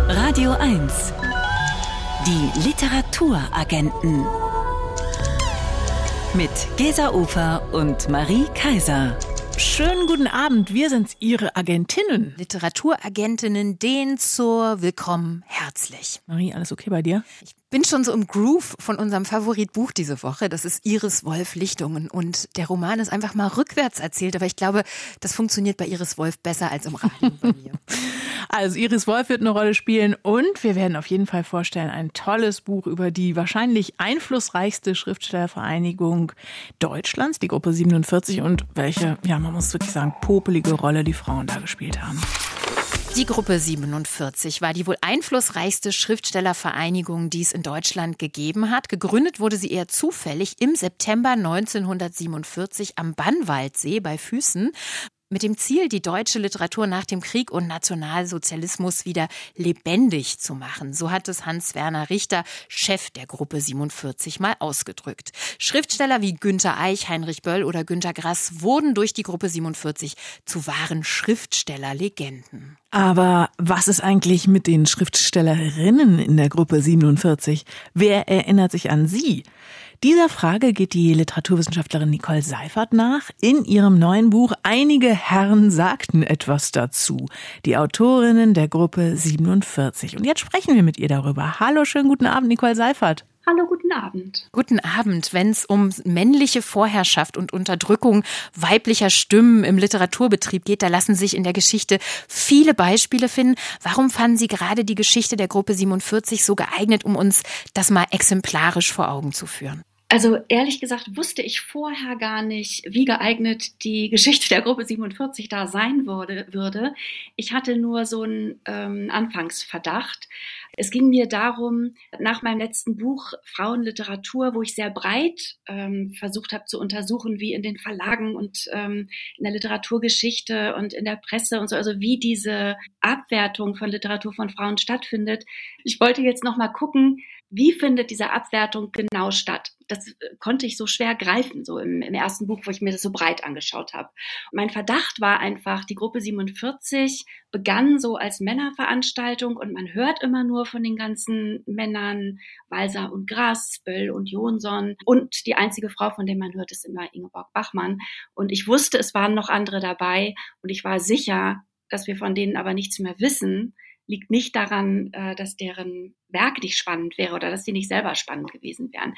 Radio 1. Die Literaturagenten. Mit Gesa Ufer und Marie Kaiser. Schönen guten Abend, wir sind's, Ihre Agentinnen. Literaturagentinnen, denen zur Willkommen herzlich. Marie, alles okay bei dir? Ich bin schon so im Groove von unserem Favoritbuch diese Woche. Das ist Iris Wolf Lichtungen. Und der Roman ist einfach mal rückwärts erzählt. Aber ich glaube, das funktioniert bei Iris Wolf besser als im Radio bei mir. Also Iris Wolf wird eine Rolle spielen und wir werden auf jeden Fall vorstellen, ein tolles Buch über die wahrscheinlich einflussreichste Schriftstellervereinigung Deutschlands, die Gruppe 47, und welche, ja, man muss wirklich sagen, popelige Rolle die Frauen da gespielt haben. Die Gruppe 47 war die wohl einflussreichste Schriftstellervereinigung, die es in Deutschland gegeben hat. Gegründet wurde sie eher zufällig im September 1947 am Bannwaldsee bei Füßen, mit dem Ziel, die deutsche Literatur nach dem Krieg und Nationalsozialismus wieder lebendig zu machen. So hat es Hans-Werner Richter, Chef der Gruppe 47, mal ausgedrückt. Schriftsteller wie Günter Eich, Heinrich Böll oder Günter Grass wurden durch die Gruppe 47 zu wahren Schriftstellerlegenden. Aber was ist eigentlich mit den Schriftstellerinnen in der Gruppe 47? Wer erinnert sich an sie? Dieser Frage geht die Literaturwissenschaftlerin Nicole Seifert nach in ihrem neuen Buch Einige Herren sagten etwas dazu. Die Autorinnen der Gruppe 47. Und jetzt sprechen wir mit ihr darüber. Hallo, schönen guten Abend, Nicole Seifert. Hallo, guten Abend. Guten Abend. Wenn es um männliche Vorherrschaft und Unterdrückung weiblicher Stimmen im Literaturbetrieb geht, da lassen sich in der Geschichte viele Beispiele finden. Warum fanden Sie gerade die Geschichte der Gruppe 47 so geeignet, um uns das mal exemplarisch vor Augen zu führen? Also ehrlich gesagt wusste ich vorher gar nicht, wie geeignet die Geschichte der Gruppe 47 da sein würde. Ich hatte nur so einen Anfangsverdacht. Es ging mir darum, nach meinem letzten Buch Frauenliteratur, wo ich sehr breit versucht habe zu untersuchen, wie in den Verlagen und in der Literaturgeschichte und in der Presse und so, also wie diese Abwertung von Literatur von Frauen stattfindet. Ich wollte jetzt noch mal gucken, wie findet diese Abwertung genau statt? Das konnte ich so schwer greifen, so im ersten Buch, wo ich mir das so breit angeschaut habe. Und mein Verdacht war einfach, die Gruppe 47 begann so als Männerveranstaltung und man hört immer nur von den ganzen Männern, Walser und Grass, Böll und Jonsson. Und die einzige Frau, von der man hört, ist immer Ingeborg Bachmann. Und ich wusste, es waren noch andere dabei und ich war sicher, dass wir von denen aber nichts mehr wissen. Liegt nicht daran, dass deren Werk nicht spannend wäre oder dass die nicht selber spannend gewesen wären.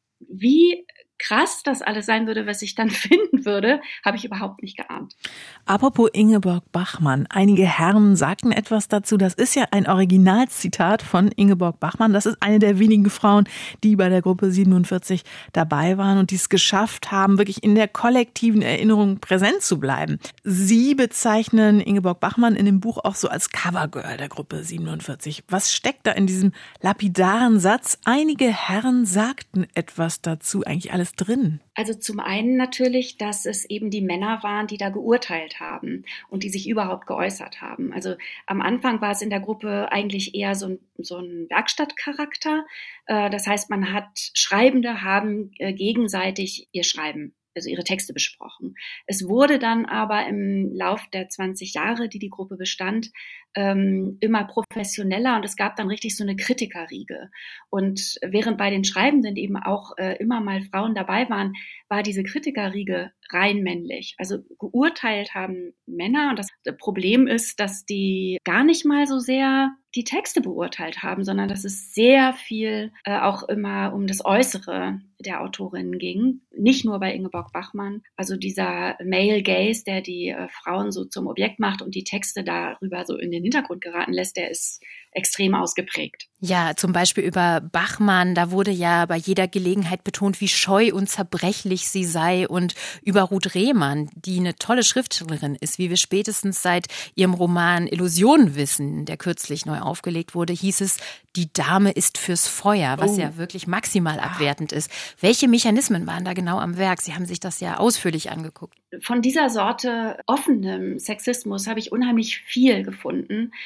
Wie krass das alles sein würde, was ich dann finden würde, habe ich überhaupt nicht geahnt. Apropos Ingeborg Bachmann. Einige Herren sagten etwas dazu. Das ist ja ein Originalzitat von Ingeborg Bachmann. Das ist eine der wenigen Frauen, die bei der Gruppe 47 dabei waren und die es geschafft haben, wirklich in der kollektiven Erinnerung präsent zu bleiben. Sie bezeichnen Ingeborg Bachmann in dem Buch auch so als Covergirl der Gruppe 47. Was steckt da in diesem lapidaren Satz? Einige Herren sagten etwas dazu. Eigentlich alles drin? Also zum einen natürlich, dass es eben die Männer waren, die da geurteilt haben und die sich überhaupt geäußert haben. Also am Anfang war es in der Gruppe eigentlich eher so ein Werkstattcharakter. Das heißt, Schreibende haben gegenseitig ihr Schreiben, also ihre Texte besprochen. Es wurde dann aber im Lauf der 20 Jahre, die Gruppe bestand, immer professioneller und es gab dann richtig so eine Kritikerriege. Und während bei den Schreibenden eben auch immer mal Frauen dabei waren, war diese Kritikerriege rein männlich. Also geurteilt haben Männer und das Problem ist, dass die gar nicht mal so sehr die Texte beurteilt haben, sondern dass es sehr viel auch immer um das Äußere der Autorinnen ging. Nicht nur bei Ingeborg Bachmann. Also dieser Male Gaze, der die Frauen so zum Objekt macht und die Texte darüber so in den Hintergrund geraten lässt, der ist extrem ausgeprägt. Ja, zum Beispiel über Bachmann, da wurde ja bei jeder Gelegenheit betont, wie scheu und zerbrechlich sie sei, und über Ruth Rehmann, die eine tolle Schriftstellerin ist, wie wir spätestens seit ihrem Roman Illusionen wissen, der kürzlich neu aufgelegt wurde, hieß es, die Dame ist fürs Feuer, was ja wirklich maximal abwertend ist. Welche Mechanismen waren da genau am Werk? Sie haben sich das ja ausführlich angeguckt. Von dieser Sorte offenem Sexismus habe ich unheimlich viel gefunden.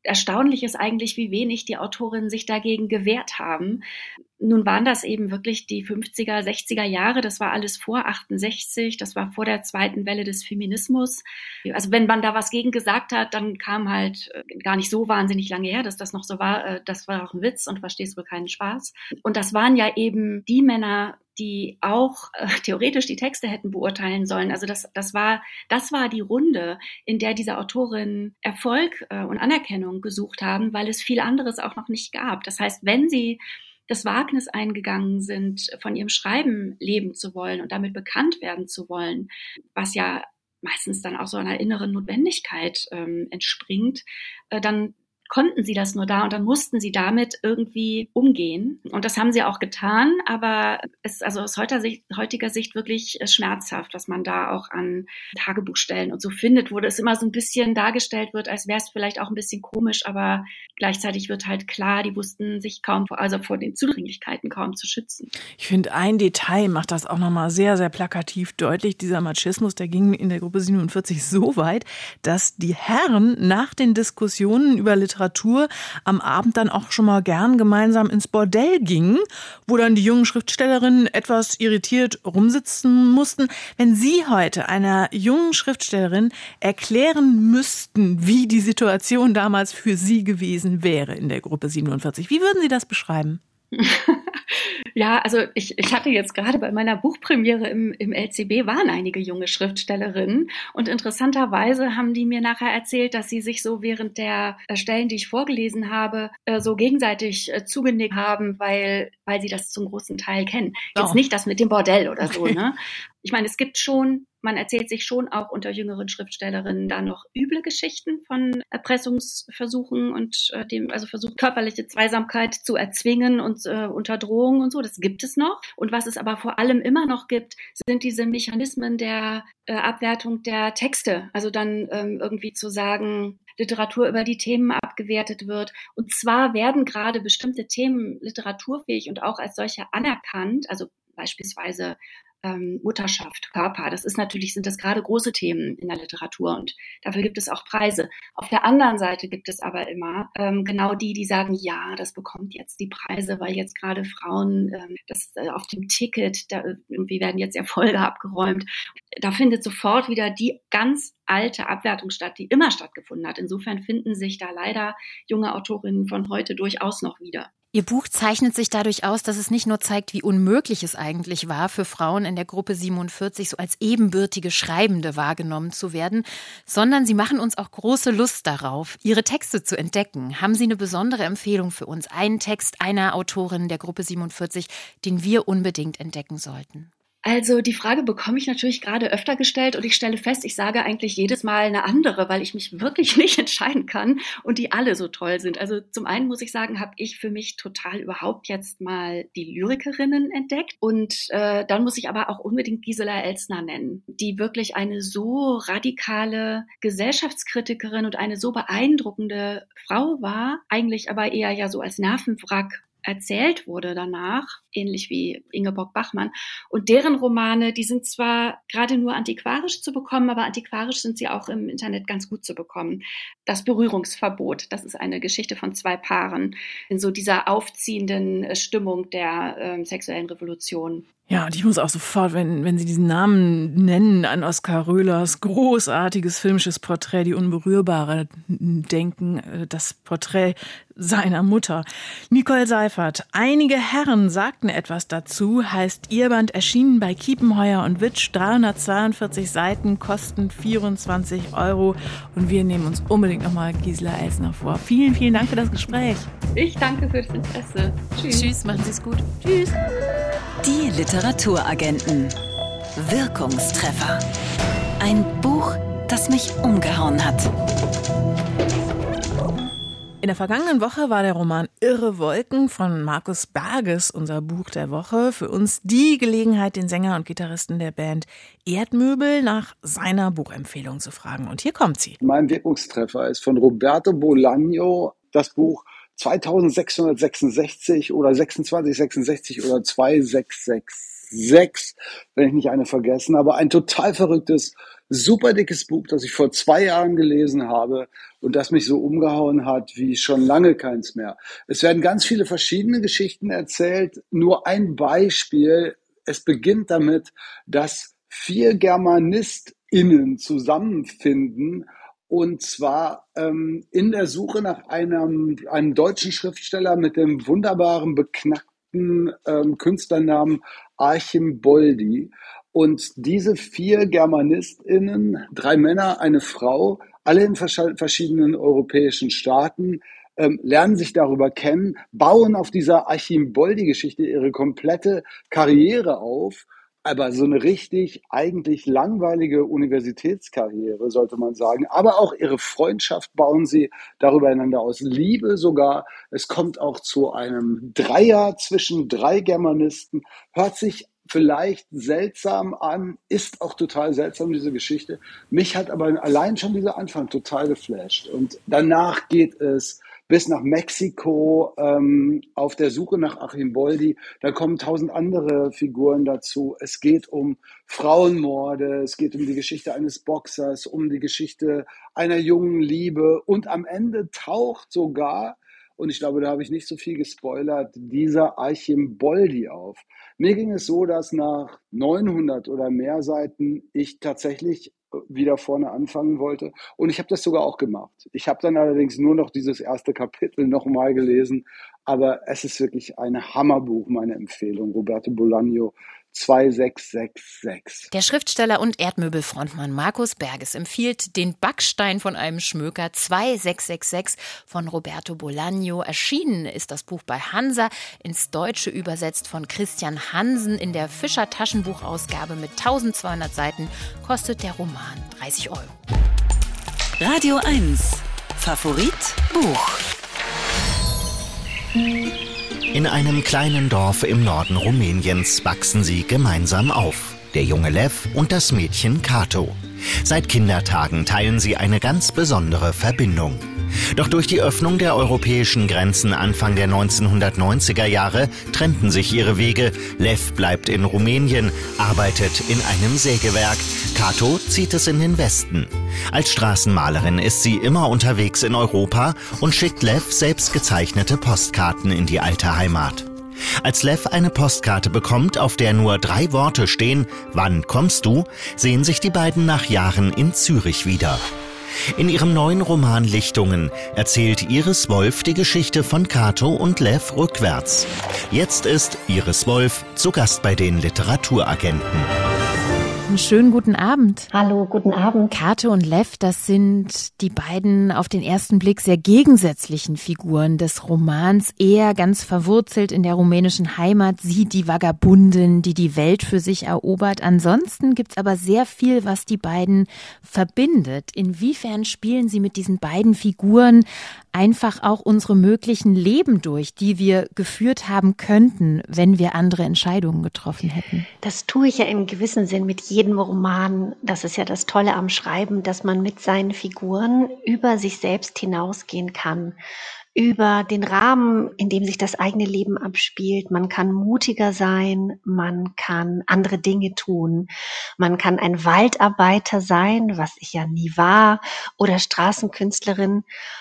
erstaunlich ist eigentlich, wie wenig die Autorinnen sich dagegen gewehrt haben. Nun waren das eben wirklich die 50er, 60er Jahre, das war alles vor 68, das war vor der zweiten Welle des Feminismus. Also wenn man da was gegen gesagt hat, dann kam halt gar nicht so wahnsinnig lange her, dass das noch so war, das war auch ein Witz und verstehst wohl keinen Spaß. Und das waren ja eben die Männer, die auch theoretisch die Texte hätten beurteilen sollen. Also das war die Runde, in der diese Autorinnen Erfolg und Anerkennung gesucht haben, weil es viel anderes auch noch nicht gab. Das heißt, wenn sie das Wagnis eingegangen sind, von ihrem Schreiben leben zu wollen und damit bekannt werden zu wollen, was ja meistens dann auch so einer inneren Notwendigkeit entspringt, dann konnten sie das nur da und dann mussten sie damit irgendwie umgehen. Und das haben sie auch getan, aber es ist also aus heutiger Sicht wirklich schmerzhaft, was man da auch an Tagebuchstellen und so findet, wo das immer so ein bisschen dargestellt wird, als wäre es vielleicht auch ein bisschen komisch, aber gleichzeitig wird halt klar, die wussten sich vor den Zudringlichkeiten kaum zu schützen. Ich finde, ein Detail macht das auch nochmal sehr, sehr plakativ deutlich. Dieser Machismus, der ging in der Gruppe 47 so weit, dass die Herren nach den Diskussionen über Literatur am Abend dann auch schon mal gern gemeinsam ins Bordell gingen, wo dann die jungen Schriftstellerinnen etwas irritiert rumsitzen mussten. Wenn Sie heute einer jungen Schriftstellerin erklären müssten, wie die Situation damals für Sie gewesen wäre in der Gruppe 47, wie würden Sie das beschreiben? Ja, also ich hatte jetzt gerade bei meiner Buchpremiere im LCB waren einige junge Schriftstellerinnen und interessanterweise haben die mir nachher erzählt, dass sie sich so während der Stellen, die ich vorgelesen habe, so gegenseitig zugenickt haben, weil sie das zum großen Teil kennen. Jetzt nicht das mit dem Bordell oder so, ne? Ich meine, man erzählt sich schon auch unter jüngeren Schriftstellerinnen da noch üble Geschichten von Erpressungsversuchen und Versuch, körperliche Zweisamkeit zu erzwingen und unter Drohung und so. Das gibt es noch. Und was es aber vor allem immer noch gibt, sind diese Mechanismen der Abwertung der Texte. Also dann irgendwie zu sagen, Literatur über die Themen abgewertet wird. Und zwar werden gerade bestimmte Themen literaturfähig und auch als solche anerkannt, also beispielsweise Mutterschaft, Körper, sind das gerade große Themen in der Literatur und dafür gibt es auch Preise. Auf der anderen Seite gibt es aber immer genau die sagen, ja, das bekommt jetzt die Preise, weil jetzt gerade Frauen auf dem Ticket, da irgendwie werden jetzt Erfolge abgeräumt. Da findet sofort wieder die ganz alte Abwertung statt, die immer stattgefunden hat. Insofern finden sich da leider junge Autorinnen von heute durchaus noch wieder. Ihr Buch zeichnet sich dadurch aus, dass es nicht nur zeigt, wie unmöglich es eigentlich war, für Frauen in der Gruppe 47 so als ebenbürtige Schreibende wahrgenommen zu werden, sondern Sie machen uns auch große Lust darauf, Ihre Texte zu entdecken. Haben Sie eine besondere Empfehlung für uns? Einen Text einer Autorin der Gruppe 47, den wir unbedingt entdecken sollten? Also die Frage bekomme ich natürlich gerade öfter gestellt und ich stelle fest, ich sage eigentlich jedes Mal eine andere, weil ich mich wirklich nicht entscheiden kann und die alle so toll sind. Also zum einen muss ich sagen, habe ich für mich total überhaupt jetzt mal die Lyrikerinnen entdeckt und dann muss ich aber auch unbedingt Gisela Elsner nennen, die wirklich eine so radikale Gesellschaftskritikerin und eine so beeindruckende Frau war, eigentlich aber eher ja so als Nervenwrack erzählt wurde danach, ähnlich wie Ingeborg Bachmann. Und deren Romane, die sind zwar gerade nur antiquarisch zu bekommen, aber antiquarisch sind sie auch im Internet ganz gut zu bekommen. Das Berührungsverbot, das ist eine Geschichte von zwei Paaren in so dieser aufziehenden Stimmung der sexuellen Revolution. Ja, und ich muss auch sofort, wenn Sie diesen Namen nennen, an Oskar Röhlers großartiges filmisches Porträt, Die Unberührbare, denken, das Porträt seiner Mutter. Nicole Seifert, einige Herren sagten etwas dazu, heißt Ihr Band, erschienen bei Kiepenheuer und Witsch, 342 Seiten, kosten 24 € und wir nehmen uns unbedingt nochmal Gisela Elsner vor. Vielen, vielen Dank für das Gespräch. Ich danke für das Interesse. Tschüss. Tschüss, machen Sie es gut. Tschüss. Die Literaturagenten. Wirkungstreffer. Ein Buch, das mich umgehauen hat. In der vergangenen Woche war der Roman Irre Wolken von Markus Berges unser Buch der Woche. Für uns die Gelegenheit, den Sänger und Gitarristen der Band Erdmöbel nach seiner Buchempfehlung zu fragen. Und hier kommt sie. Mein Wirkungstreffer ist von Roberto Bolaño, das Buch 2666 oder 2666 oder 2666, wenn ich nicht eine vergessen habe. Ein total verrücktes super dickes Buch, das ich vor 2 Jahren gelesen habe und das mich so umgehauen hat wie schon lange keins mehr. Es werden ganz viele verschiedene Geschichten erzählt. Nur ein Beispiel. Es beginnt damit, dass 4 GermanistInnen zusammenfinden, und zwar in der Suche nach einem deutschen Schriftsteller mit dem wunderbaren, beknackten Künstlernamen Archimboldi. Und diese 4 GermanistInnen, 3 Männer, eine Frau, alle in verschiedenen europäischen Staaten, lernen sich darüber kennen, bauen auf dieser Archimboldi-Geschichte ihre komplette Karriere auf, aber so eine richtig eigentlich langweilige Universitätskarriere, sollte man sagen. Aber auch ihre Freundschaft bauen sie darüber einander aus. Liebe sogar. Es kommt auch zu einem Dreier zwischen 3 Germanisten. Hört sich vielleicht seltsam an, ist auch total seltsam, diese Geschichte. Mich hat aber allein schon dieser Anfang total geflasht. Und danach geht es bis nach Mexiko auf der Suche nach Archimboldi. Da kommen 1000 andere Figuren dazu. Es geht um Frauenmorde, es geht um die Geschichte eines Boxers, um die Geschichte einer jungen Liebe. Und am Ende taucht sogar, und ich glaube, da habe ich nicht so viel gespoilert, dieser Archimboldi auf. Mir ging es so, dass nach 900 oder mehr Seiten ich tatsächlich wieder vorne anfangen wollte. Und ich habe das sogar auch gemacht. Ich habe dann allerdings nur noch dieses erste Kapitel nochmal gelesen. Aber es ist wirklich ein Hammerbuch, meine Empfehlung. Roberto Bolaño, 2666. Der Schriftsteller und Erdmöbelfrontmann Markus Berges empfiehlt Den Backstein von einem Schmöker 2666 von Roberto Bolaño. Erschienen ist das Buch bei Hansa, ins Deutsche übersetzt von Christian Hansen. In der Fischer Taschenbuchausgabe mit 1200 Seiten kostet der Roman 30 €. Radio 1. Favorit Buch. In einem kleinen Dorf im Norden Rumäniens wachsen sie gemeinsam auf. Der junge Lev und das Mädchen Kato. Seit Kindertagen teilen sie eine ganz besondere Verbindung. Doch durch die Öffnung der europäischen Grenzen Anfang der 1990er Jahre trennten sich ihre Wege. Lev bleibt in Rumänien, arbeitet in einem Sägewerk. Kato zieht es in den Westen. Als Straßenmalerin ist sie immer unterwegs in Europa und schickt Lev selbst gezeichnete Postkarten in die alte Heimat. Als Lev eine Postkarte bekommt, auf der nur 3 Worte stehen, wann kommst du, sehen sich die beiden nach Jahren in Zürich wieder. In ihrem neuen Roman Lichtungen erzählt Iris Wolf die Geschichte von Kato und Lev rückwärts. Jetzt ist Iris Wolf zu Gast bei den Literaturagenten. Einen schönen guten Abend. Hallo, guten Abend. Kato und Lev, das sind die beiden auf den ersten Blick sehr gegensätzlichen Figuren des Romans. Er ganz verwurzelt in der rumänischen Heimat, sie die Vagabundin, die die Welt für sich erobert. Ansonsten gibt's aber sehr viel, was die beiden verbindet. Inwiefern spielen Sie mit diesen beiden Figuren einfach auch unsere möglichen Leben durch, die wir geführt haben könnten, wenn wir andere Entscheidungen getroffen hätten? Das tue ich ja im gewissen Sinn mit jedem Roman. Das ist ja das Tolle am Schreiben, dass man mit seinen Figuren über sich selbst hinausgehen kann, über den Rahmen, in dem sich das eigene Leben abspielt. Man kann mutiger sein, man kann andere Dinge tun, man kann ein Waldarbeiter sein, was ich ja nie war, oder Straßenkünstlerin.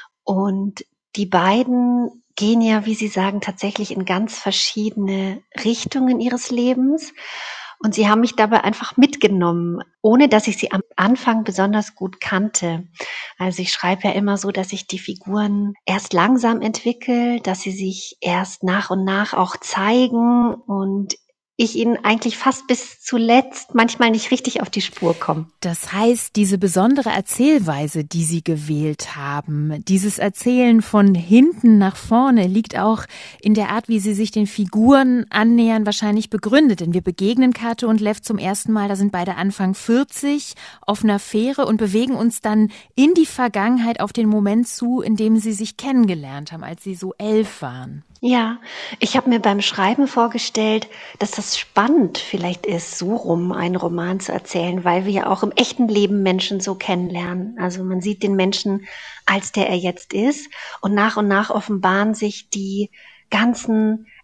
Und die beiden gehen ja, wie Sie sagen, tatsächlich in ganz verschiedene Richtungen ihres Lebens. Und sie haben mich dabei einfach mitgenommen, ohne dass ich sie am Anfang besonders gut kannte. Also ich schreibe ja immer so, dass ich die Figuren erst langsam entwickle, dass sie sich erst nach und nach auch zeigen und ich ihnen eigentlich fast bis zuletzt manchmal nicht richtig auf die Spur komme. Das heißt, diese besondere Erzählweise, die Sie gewählt haben, dieses Erzählen von hinten nach vorne, liegt auch in der Art, wie Sie sich den Figuren annähern, wahrscheinlich begründet. Denn wir begegnen Kato und Lev zum ersten Mal, da sind beide Anfang 40, auf einer Fähre und bewegen uns dann in die Vergangenheit auf den Moment zu, in dem sie sich kennengelernt haben, als sie so 11 waren. Ja, ich habe mir beim Schreiben vorgestellt, dass das spannend vielleicht ist, so rum einen Roman zu erzählen, weil wir ja auch im echten Leben Menschen so kennenlernen. Also man sieht den Menschen, als der er jetzt ist, und nach offenbaren sich die ganzen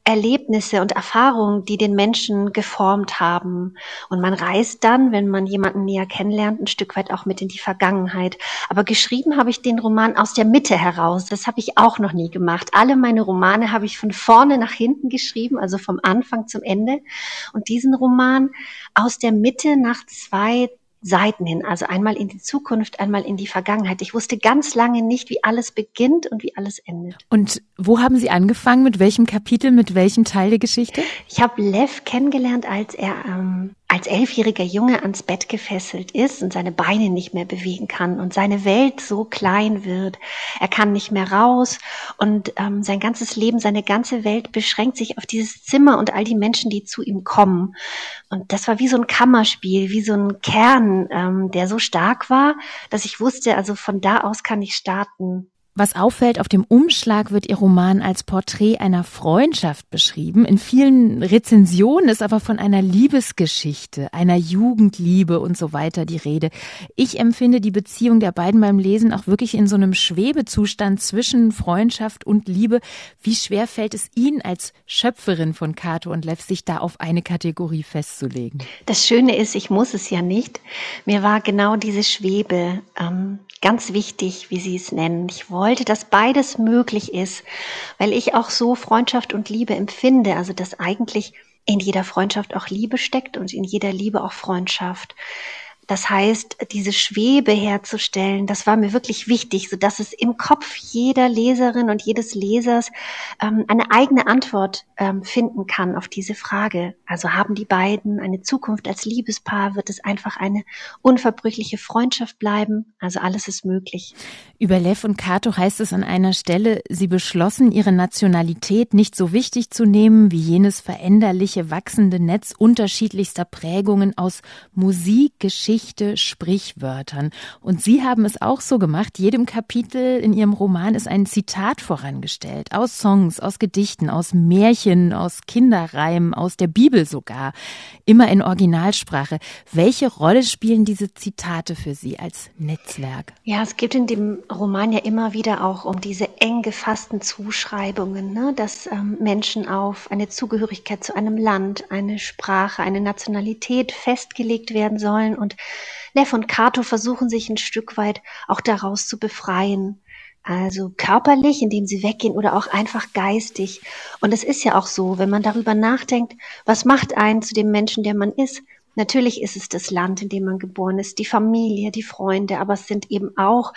Erlebnisse und Erfahrungen, die den Menschen geformt haben. Und man reist dann, wenn man jemanden näher kennenlernt, ein Stück weit auch mit in die Vergangenheit. Aber geschrieben habe ich den Roman aus der Mitte heraus. Das habe ich auch noch nie gemacht. Alle meine Romane habe ich von vorne nach hinten geschrieben, also vom Anfang zum Ende. Und diesen Roman aus der Mitte nach 2 Seiten hin, also einmal in die Zukunft, einmal in die Vergangenheit. Ich wusste ganz lange nicht, wie alles beginnt und wie alles endet. Und wo haben Sie angefangen? Mit welchem Kapitel, mit welchem Teil der Geschichte? Ich habe Lev kennengelernt, als er als 11-jähriger Junge ans Bett gefesselt ist und seine Beine nicht mehr bewegen kann und seine Welt so klein wird. Er kann nicht mehr raus und sein ganzes Leben, seine ganze Welt beschränkt sich auf dieses Zimmer und all die Menschen, die zu ihm kommen. Und das war wie so ein Kammerspiel, wie so ein Kern, der so stark war, dass ich wusste, also von da aus kann ich starten. Was auffällt, auf dem Umschlag wird Ihr Roman als Porträt einer Freundschaft beschrieben. In vielen Rezensionen ist aber von einer Liebesgeschichte, einer Jugendliebe und so weiter die Rede. Ich empfinde die Beziehung der beiden beim Lesen auch wirklich in so einem Schwebezustand zwischen Freundschaft und Liebe. Wie schwer fällt es Ihnen als Schöpferin von Cato und Lev, sich da auf eine Kategorie festzulegen? Das Schöne ist, ich muss es ja nicht. Mir war genau diese Schwebe ganz wichtig, wie Sie es nennen. Ich wollte, dass beides möglich ist, weil ich auch so Freundschaft und Liebe empfinde, also dass eigentlich in jeder Freundschaft auch Liebe steckt und in jeder Liebe auch Freundschaft. Das heißt, diese Schwebe herzustellen, das war mir wirklich wichtig, sodass es im Kopf jeder Leserin und jedes Lesers eine eigene Antwort finden kann auf diese Frage. Also haben die beiden eine Zukunft als Liebespaar? Wird es einfach eine unverbrüchliche Freundschaft bleiben? Also alles ist möglich. Über Lev und Cato heißt es an einer Stelle, sie beschlossen, ihre Nationalität nicht so wichtig zu nehmen wie jenes veränderliche, wachsende Netz unterschiedlichster Prägungen aus Musik, Geschichte, Sprichwörtern. Und Sie haben es auch so gemacht. Jedem Kapitel in Ihrem Roman ist ein Zitat vorangestellt. Aus Songs, aus Gedichten, aus Märchen, aus Kinderreimen, aus der Bibel sogar. Immer in Originalsprache. Welche Rolle spielen diese Zitate für Sie als Netzwerk? Ja, es geht in dem Roman ja immer wieder auch um diese eng gefassten Zuschreibungen, ne? Dass Menschen auf eine Zugehörigkeit zu einem Land, eine Sprache, eine Nationalität festgelegt werden sollen. Und Lev und Cato versuchen sich ein Stück weit auch daraus zu befreien. Also körperlich, indem sie weggehen oder auch einfach geistig. Und es ist ja auch so, wenn man darüber nachdenkt, was macht einen zu dem Menschen, der man ist? Natürlich ist es das Land, in dem man geboren ist, die Familie, die Freunde, aber es sind eben auch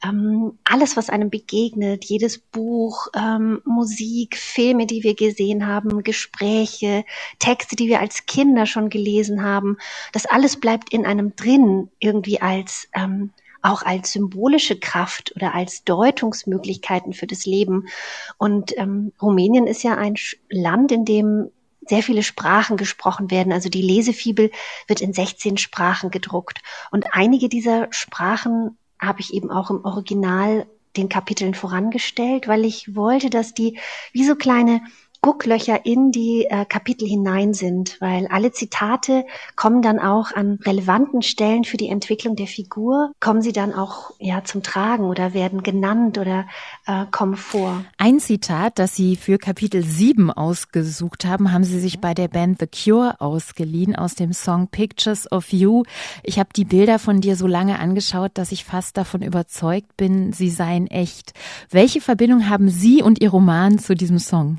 alles, was einem begegnet, jedes Buch, Musik, Filme, die wir gesehen haben, Gespräche, Texte, die wir als Kinder schon gelesen haben. Das alles bleibt in einem drin, irgendwie als auch als symbolische Kraft oder als Deutungsmöglichkeiten für das Leben. Und Rumänien ist ja ein Land, in dem sehr viele Sprachen gesprochen werden. Also die Lesefibel wird in 16 Sprachen gedruckt. Und einige dieser Sprachen habe ich eben auch im Original den Kapiteln vorangestellt, weil ich wollte, dass die wie so kleine Gucklöcher in die Kapitel hinein sind, weil alle Zitate kommen dann auch an relevanten Stellen für die Entwicklung der Figur, kommen sie dann auch zum Tragen oder werden genannt oder kommen vor. Ein Zitat, das Sie für Kapitel 7 ausgesucht haben, haben Sie sich bei der Band The Cure ausgeliehen aus dem Song Pictures of You. Ich habe die Bilder von dir so lange angeschaut, dass ich fast davon überzeugt bin, sie seien echt. Welche Verbindung haben Sie und Ihr Roman zu diesem Song?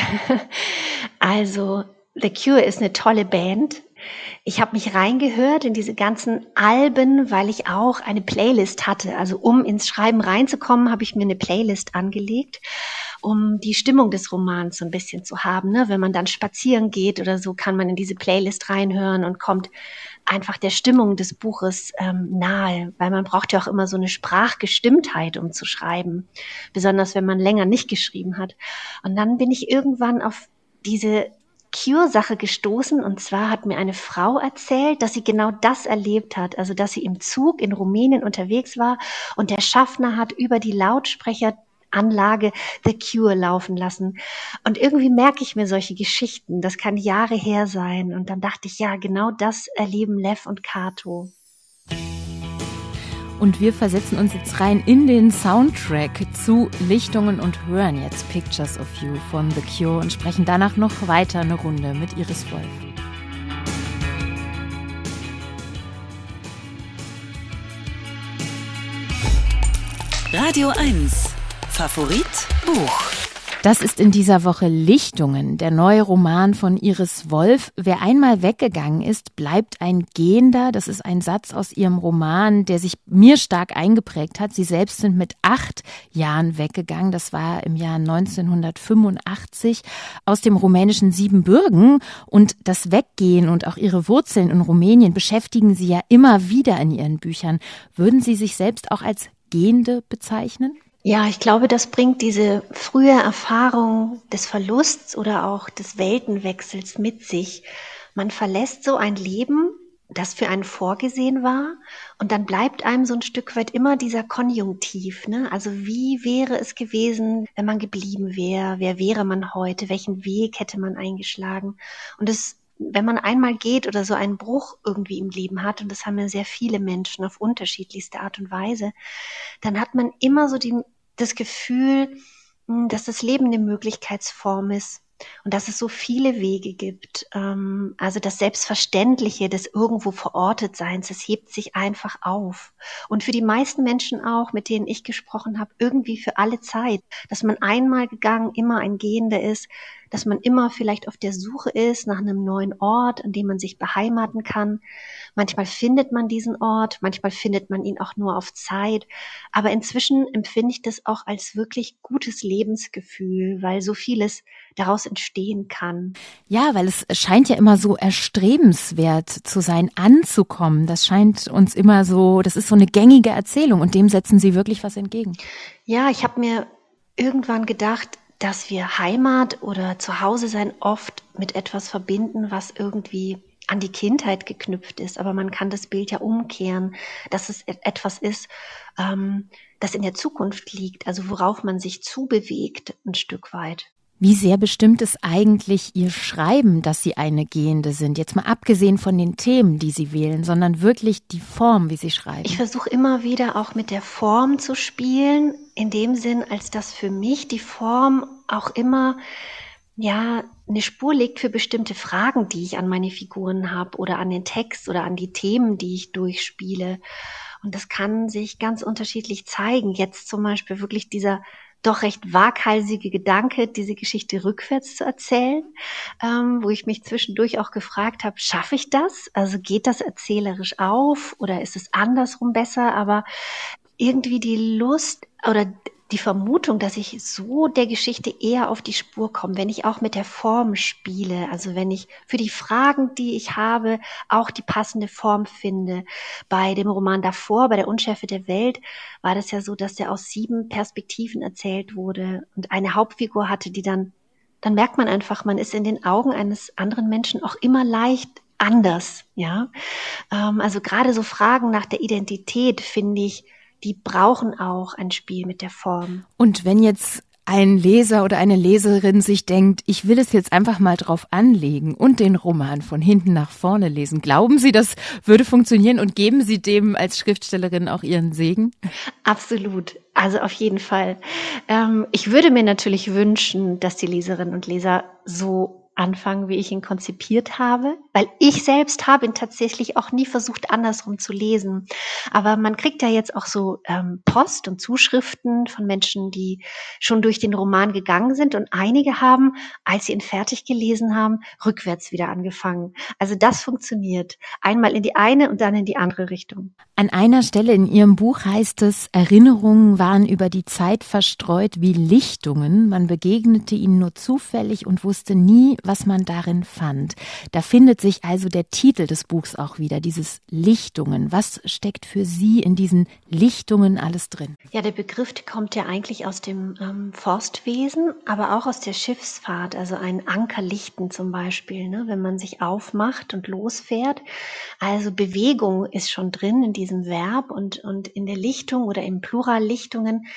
Also The Cure ist eine tolle Band. Ich habe mich reingehört in diese ganzen Alben, weil ich auch eine Playlist hatte. Also um ins Schreiben reinzukommen, habe ich mir eine Playlist angelegt, um die Stimmung des Romans so ein bisschen zu haben. Ne? Wenn man dann spazieren geht oder so, kann man in diese Playlist reinhören und kommt einfach der Stimmung des Buches nahe, weil man braucht ja auch immer so eine Sprachgestimmtheit, um zu schreiben, besonders wenn man länger nicht geschrieben hat. Und dann bin ich irgendwann auf diese Cure-Sache gestoßen, und zwar hat mir eine Frau erzählt, dass sie genau das erlebt hat, also dass sie im Zug in Rumänien unterwegs war und der Schaffner hat über die Lautsprecheranlage The Cure laufen lassen. Und irgendwie merke ich mir solche Geschichten, das kann Jahre her sein. Und dann dachte ich, ja, genau das erleben Lev und Cato. Und wir versetzen uns jetzt rein in den Soundtrack zu Lichtungen und hören jetzt Pictures of You von The Cure und sprechen danach noch weiter eine Runde mit Iris Wolf. Radio 1. Favorit Buch. Das ist in dieser Woche Lichtungen, der neue Roman von Iris Wolf. Wer einmal weggegangen ist, bleibt ein Gehender. Das ist ein Satz aus ihrem Roman, der sich mir stark eingeprägt hat. Sie selbst sind mit 8 Jahren weggegangen. Das war im Jahr 1985 aus dem rumänischen Siebenbürgen. Und das Weggehen und auch ihre Wurzeln in Rumänien beschäftigen sie ja immer wieder in ihren Büchern. Würden Sie sich selbst auch als Gehende bezeichnen? Ja, ich glaube, das bringt diese frühe Erfahrung des Verlusts oder auch des Weltenwechsels mit sich. Man verlässt so ein Leben, das für einen vorgesehen war, und dann bleibt einem so ein Stück weit immer dieser Konjunktiv, ne? Also wie wäre es gewesen, wenn man geblieben wäre? Wer wäre man heute? Welchen Weg hätte man eingeschlagen? Und wenn man einmal geht oder so einen Bruch irgendwie im Leben hat, und das haben ja sehr viele Menschen auf unterschiedlichste Art und Weise, dann hat man immer so das Gefühl, dass das Leben eine Möglichkeitsform ist und dass es so viele Wege gibt. Also das Selbstverständliche des irgendwo verortet Seins, es hebt sich einfach auf. Und für die meisten Menschen auch, mit denen ich gesprochen habe, irgendwie für alle Zeit, dass man einmal gegangen, immer ein Gehender ist, dass man immer vielleicht auf der Suche ist nach einem neuen Ort, an dem man sich beheimaten kann. Manchmal findet man diesen Ort, manchmal findet man ihn auch nur auf Zeit. Aber inzwischen empfinde ich das auch als wirklich gutes Lebensgefühl, weil so vieles daraus entstehen kann. Ja, weil es scheint ja immer so erstrebenswert zu sein, anzukommen. Das scheint uns immer so, das ist so eine gängige Erzählung und dem setzen Sie wirklich was entgegen. Ja, ich habe mir irgendwann gedacht, dass wir Heimat oder Zuhause sein oft mit etwas verbinden, was irgendwie an die Kindheit geknüpft ist. Aber man kann das Bild ja umkehren, dass es etwas ist, das in der Zukunft liegt, also worauf man sich zubewegt ein Stück weit. Wie sehr bestimmt es eigentlich Ihr Schreiben, dass Sie eine Gehende sind? Jetzt mal abgesehen von den Themen, die Sie wählen, sondern wirklich die Form, wie Sie schreiben. Ich versuche immer wieder auch mit der Form zu spielen, in dem Sinn, als dass für mich die Form auch immer eine Spur legt für bestimmte Fragen, die ich an meine Figuren habe oder an den Text oder an die Themen, die ich durchspiele. Und das kann sich ganz unterschiedlich zeigen. Jetzt zum Beispiel wirklich dieser doch recht waghalsige Gedanke, diese Geschichte rückwärts zu erzählen, wo ich mich zwischendurch auch gefragt habe, schaffe ich das? Also geht das erzählerisch auf oder ist es andersrum besser? Aber irgendwie die Lust oder die Vermutung, dass ich so der Geschichte eher auf die Spur komme, wenn ich auch mit der Form spiele, also wenn ich für die Fragen, die ich habe, auch die passende Form finde. Bei dem Roman davor, bei der Unschärfe der Welt, war das ja so, dass der aus 7 Perspektiven erzählt wurde und eine Hauptfigur hatte, die dann merkt man einfach, man ist in den Augen eines anderen Menschen auch immer leicht anders, ja. Also gerade so Fragen nach der Identität, finde ich, die brauchen auch ein Spiel mit der Form. Und wenn jetzt ein Leser oder eine Leserin sich denkt, ich will es jetzt einfach mal drauf anlegen und den Roman von hinten nach vorne lesen, glauben Sie, das würde funktionieren und geben Sie dem als Schriftstellerin auch Ihren Segen? Absolut, also auf jeden Fall. Ich würde mir natürlich wünschen, dass die Leserinnen und Leser so anfangen, wie ich ihn konzipiert habe, weil ich selbst habe ihn tatsächlich auch nie versucht, andersrum zu lesen. Aber man kriegt ja jetzt auch so Post und Zuschriften von Menschen, die schon durch den Roman gegangen sind und einige haben, als sie ihn fertig gelesen haben, rückwärts wieder angefangen. Also das funktioniert. Einmal in die eine und dann in die andere Richtung. An einer Stelle in Ihrem Buch heißt es, Erinnerungen waren über die Zeit verstreut wie Lichtungen. Man begegnete ihnen nur zufällig und wusste nie, was man darin fand. Da findet sich also der Titel des Buchs auch wieder, dieses Lichtungen. Was steckt für Sie in diesen Lichtungen alles drin? Ja, der Begriff kommt ja eigentlich aus dem Forstwesen, aber auch aus der Schiffsfahrt, also ein Ankerlichten zum Beispiel, ne, wenn man sich aufmacht und losfährt. Also Bewegung ist schon drin in diesem Verb und in der Lichtung oder im Plural Lichtungen.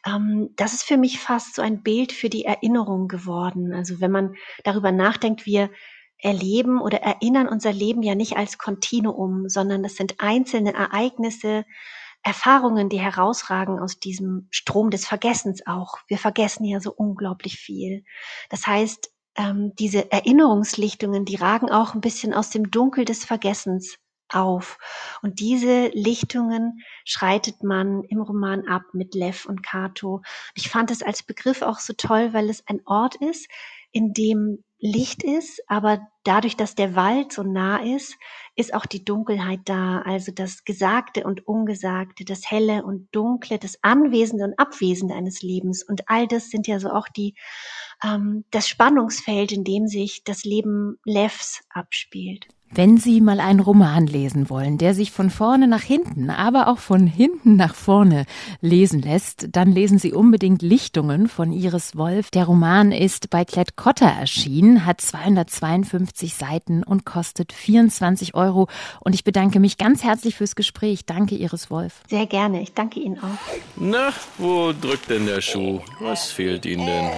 Das ist für mich fast so ein Bild für die Erinnerung geworden. Also wenn man darüber nachdenkt, wir erleben oder erinnern unser Leben ja nicht als Kontinuum, sondern das sind einzelne Ereignisse, Erfahrungen, die herausragen aus diesem Strom des Vergessens auch. Wir vergessen ja so unglaublich viel. Das heißt, diese Erinnerungslichtungen, die ragen auch ein bisschen aus dem Dunkel des Vergessens auf. Und diese Lichtungen schreitet man im Roman ab mit Lev und Kato. Ich fand es als Begriff auch so toll, weil es ein Ort ist, in dem Licht ist, aber dadurch, dass der Wald so nah ist auch die Dunkelheit da. Also das Gesagte und Ungesagte, das Helle und Dunkle, das Anwesende und Abwesende eines Lebens. Und all das sind ja so auch das Spannungsfeld, in dem sich das Leben Levs abspielt. Wenn Sie mal einen Roman lesen wollen, der sich von vorne nach hinten, aber auch von hinten nach vorne lesen lässt, dann lesen Sie unbedingt Lichtungen von Iris Wolf. Der Roman ist bei Klett-Cotta erschienen, hat 252 Seiten und kostet 24 €. Und ich bedanke mich ganz herzlich fürs Gespräch. Danke, Iris Wolf. Sehr gerne. Ich danke Ihnen auch. Na, wo drückt denn der Schuh? Was fehlt Ihnen denn?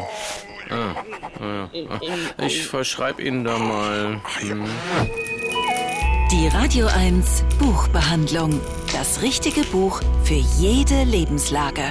Ich verschreibe Ihnen da mal. Die Radio 1 Buchbehandlung. Das richtige Buch für jede Lebenslage.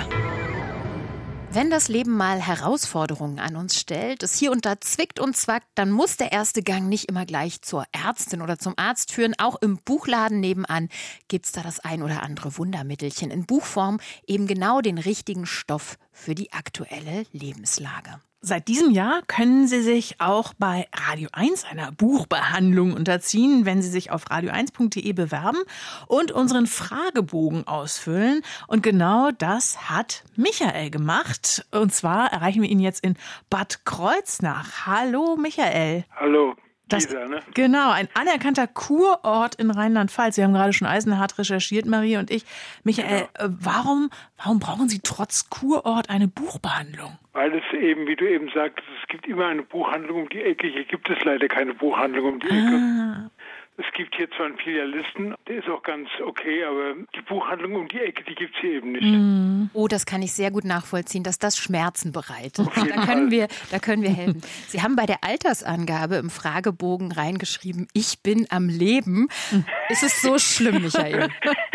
Wenn das Leben mal Herausforderungen an uns stellt, es hier und da zwickt und zwackt, dann muss der erste Gang nicht immer gleich zur Ärztin oder zum Arzt führen. Auch im Buchladen nebenan gibt's da das ein oder andere Wundermittelchen in Buchform, eben genau den richtigen Stoff für die aktuelle Lebenslage. Seit diesem Jahr können Sie sich auch bei Radio 1 einer Buchbehandlung unterziehen, wenn Sie sich auf radio1.de bewerben und unseren Fragebogen ausfüllen. Und genau das hat Michael gemacht. Und zwar erreichen wir ihn jetzt in Bad Kreuznach. Hallo Michael. Hallo. Genau, ein anerkannter Kurort in Rheinland-Pfalz. Wir haben gerade schon eisenhart recherchiert, Marie und ich. Michael, warum brauchen Sie trotz Kurort eine Buchbehandlung? Weil es eben, wie du eben sagtest, es gibt immer eine Buchhandlung um die Ecke. Hier gibt es leider keine Buchhandlung um die Ecke. Es gibt hier zwar einen Filialisten, der ist auch ganz okay, aber die Buchhandlung um die Ecke, die gibt es hier eben nicht. Oh, das kann ich sehr gut nachvollziehen, dass das Schmerzen bereitet. Da können wir helfen. Sie haben bei der Altersangabe im Fragebogen reingeschrieben, ich bin am Leben. Ist es so schlimm, Michael?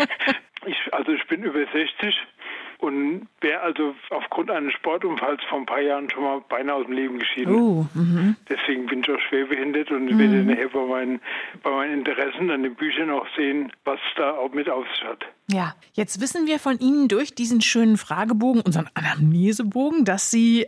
Ich bin über 60 und wäre also aufgrund eines Sportunfalls vor ein paar Jahren schon mal beinahe aus dem Leben geschieden. Deswegen bin ich auch schwerbehindert und werde nachher bei meinen Interessen an den Büchern auch sehen, was da auch mit auf sich hat. Ja, jetzt wissen wir von Ihnen durch diesen schönen Fragebogen, unseren Anamnesebogen, dass Sie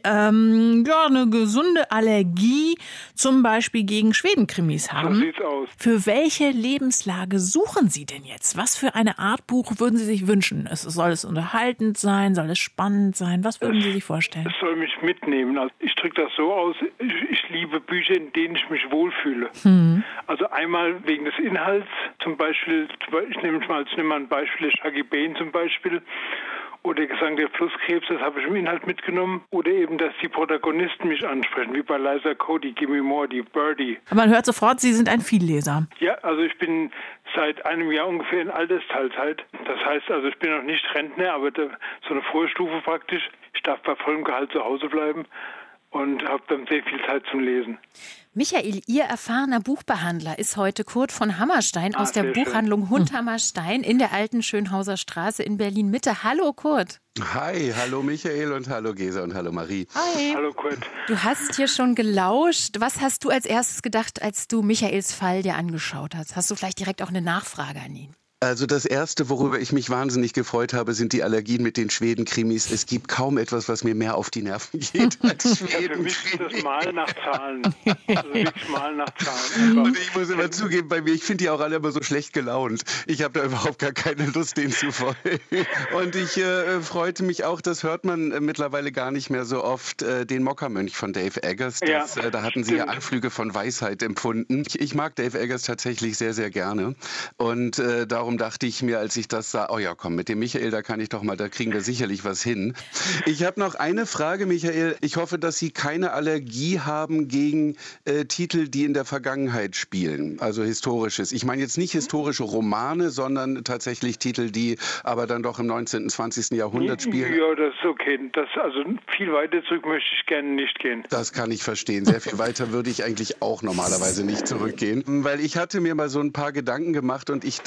eine gesunde Allergie zum Beispiel gegen Schwedenkrimis haben. So sieht's aus. Für welche Lebenslage suchen Sie denn jetzt? Was für eine Art Buch würden Sie sich wünschen? Soll es unterhaltend sein? Soll es spannend sein? Was würden Sie sich vorstellen? Es soll mich mitnehmen. Also ich drücke das so aus, ich liebe Bücher, in denen ich mich wohlfühle. Also einmal wegen des Inhalts, zum Beispiel, ich nehme mal ein Beispiel, Shaggy Bane zum Beispiel, oder Gesang der Flusskrebs, das habe ich im Inhalt mitgenommen, oder eben, dass die Protagonisten mich ansprechen, wie bei Liza Cody, Gimme More, die Birdie. Aber man hört sofort, Sie sind ein Vielleser. Ja, also ich bin seit einem Jahr ungefähr in Altersteilzeit. Das heißt also, ich bin noch nicht Rentner, aber so eine Vorstufe praktisch. Ich darf bei vollem Gehalt zu Hause bleiben und habe dann sehr viel Zeit zum Lesen. Michael, Ihr erfahrener Buchbehandler ist heute Kurt von Hammerstein aus der Buchhandlung Hundhammerstein in der alten Schönhauser Straße in Berlin-Mitte. Hallo Kurt. Hi, hallo Michael und hallo Gesa und hallo Marie. Hi. Hallo Kurt. Du hast hier schon gelauscht. Was hast du als erstes gedacht, als du Michaels Fall dir angeschaut hast? Hast du vielleicht direkt auch eine Nachfrage an ihn? Also das Erste, worüber ich mich wahnsinnig gefreut habe, sind die Allergien mit den Schweden-Krimis. Es gibt kaum etwas, was mir mehr auf die Nerven geht als Schweden-Krimis. Für mich ist das Mal nach Zahlen. Also wirklich Mal nach Zahlen. Und ich muss immer zugeben, bei mir, ich finde die auch alle immer so schlecht gelaunt. Ich habe da überhaupt gar keine Lust, denen zu folgen. Und ich freute mich auch, das hört man mittlerweile gar nicht mehr so oft, den Mokka-Mönch von Dave Eggers. Da hatten sie ja Anflüge von Weisheit empfunden. Ich mag Dave Eggers tatsächlich sehr, sehr gerne. Und darum dachte ich mir, als ich das sah, oh ja, komm, mit dem Michael, da kriegen wir sicherlich was hin. Ich habe noch eine Frage, Michael. Ich hoffe, dass Sie keine Allergie haben gegen Titel, die in der Vergangenheit spielen, also historisches. Ich meine jetzt nicht historische Romane, sondern tatsächlich Titel, die aber dann doch im 19. und 20. Jahrhundert spielen. Ja, das ist okay. Also viel weiter zurück möchte ich gerne nicht gehen. Das kann ich verstehen. Sehr viel weiter würde ich eigentlich auch normalerweise nicht zurückgehen, weil ich hatte mir mal so ein paar Gedanken gemacht und ich dachte,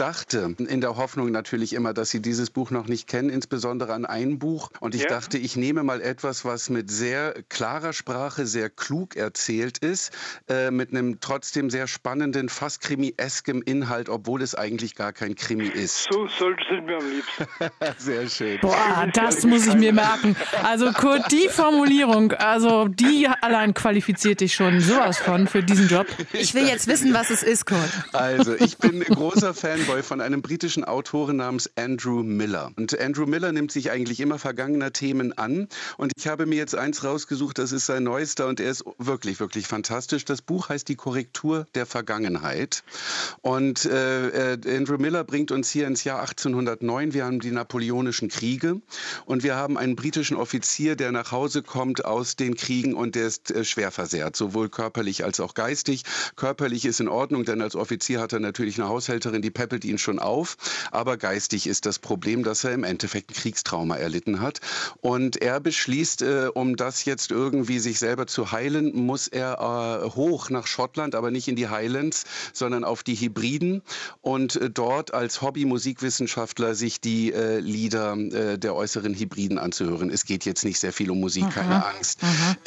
Leute. In der Hoffnung natürlich immer, dass sie dieses Buch noch nicht kennen, insbesondere an ein Buch. Und ich dachte, ich nehme mal etwas, was mit sehr klarer Sprache, sehr klug erzählt ist, mit einem trotzdem sehr spannenden, fast krimi-eskem Inhalt, obwohl es eigentlich gar kein Krimi ist. So sollte es mir am liebsten. Sehr schön. Boah, das muss ich mir merken. Also Kurt, die Formulierung, also die allein qualifiziert dich schon sowas von für diesen Job. Ich will jetzt wissen, was es ist, Kurt. Also, ich bin großer Fanboy von einem britischen Autoren namens Andrew Miller. Und Andrew Miller nimmt sich eigentlich immer vergangener Themen an. Und ich habe mir jetzt eins rausgesucht, das ist sein neuester und er ist wirklich, wirklich fantastisch. Das Buch heißt Die Korrektur der Vergangenheit. Und Andrew Miller bringt uns hier ins Jahr 1809. Wir haben die Napoleonischen Kriege und wir haben einen britischen Offizier, der nach Hause kommt aus den Kriegen und der ist schwer versehrt, sowohl körperlich als auch geistig. Körperlich ist in Ordnung, denn als Offizier hat er natürlich eine Haushälterin, die peppelt ihn schon auf. Aber geistig ist das Problem, dass er im Endeffekt ein Kriegstrauma erlitten hat. Und er beschließt, um das jetzt irgendwie sich selber zu heilen, muss er hoch nach Schottland, aber nicht in die Highlands, sondern auf die Hebriden und dort als Hobby-Musikwissenschaftler sich die Lieder der äußeren Hebriden anzuhören. Es geht jetzt nicht sehr viel um Musik, keine Angst.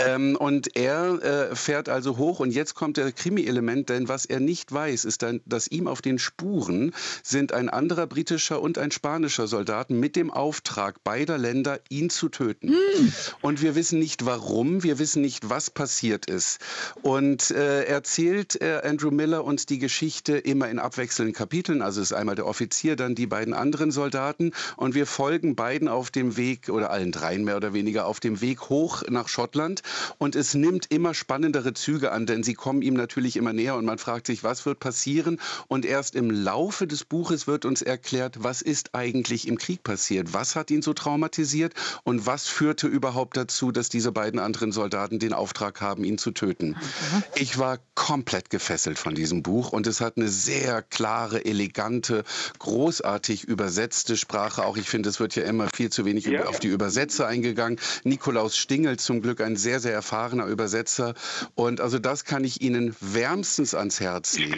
Und er fährt also hoch und jetzt kommt der Krimi-Element, denn was er nicht weiß, ist dann, dass ihm auf den Spuren sind ein anderer britischer und ein spanischer Soldat mit dem Auftrag beider Länder, ihn zu töten. Und wir wissen nicht warum, wir wissen nicht, was passiert ist. Und erzählt Andrew Miller uns die Geschichte immer in abwechselnden Kapiteln, also ist einmal der Offizier, dann die beiden anderen Soldaten und wir folgen beiden auf dem Weg, oder allen dreien mehr oder weniger, auf dem Weg hoch nach Schottland und es nimmt immer spannendere Züge an, denn sie kommen ihm natürlich immer näher und man fragt sich, was wird passieren und erst im Laufe des Buches wird uns erklärt, was ist eigentlich im Krieg passiert, was hat ihn so traumatisiert und was führte überhaupt dazu, dass diese beiden anderen Soldaten den Auftrag haben, ihn zu töten. Ich war komplett gefesselt von diesem Buch und es hat eine sehr klare, elegante, großartig übersetzte Sprache. Auch ich finde, es wird ja immer viel zu wenig auf die Übersetzer eingegangen. Nikolaus Stingel zum Glück ein sehr, sehr erfahrener Übersetzer und also das kann ich Ihnen wärmstens ans Herz legen.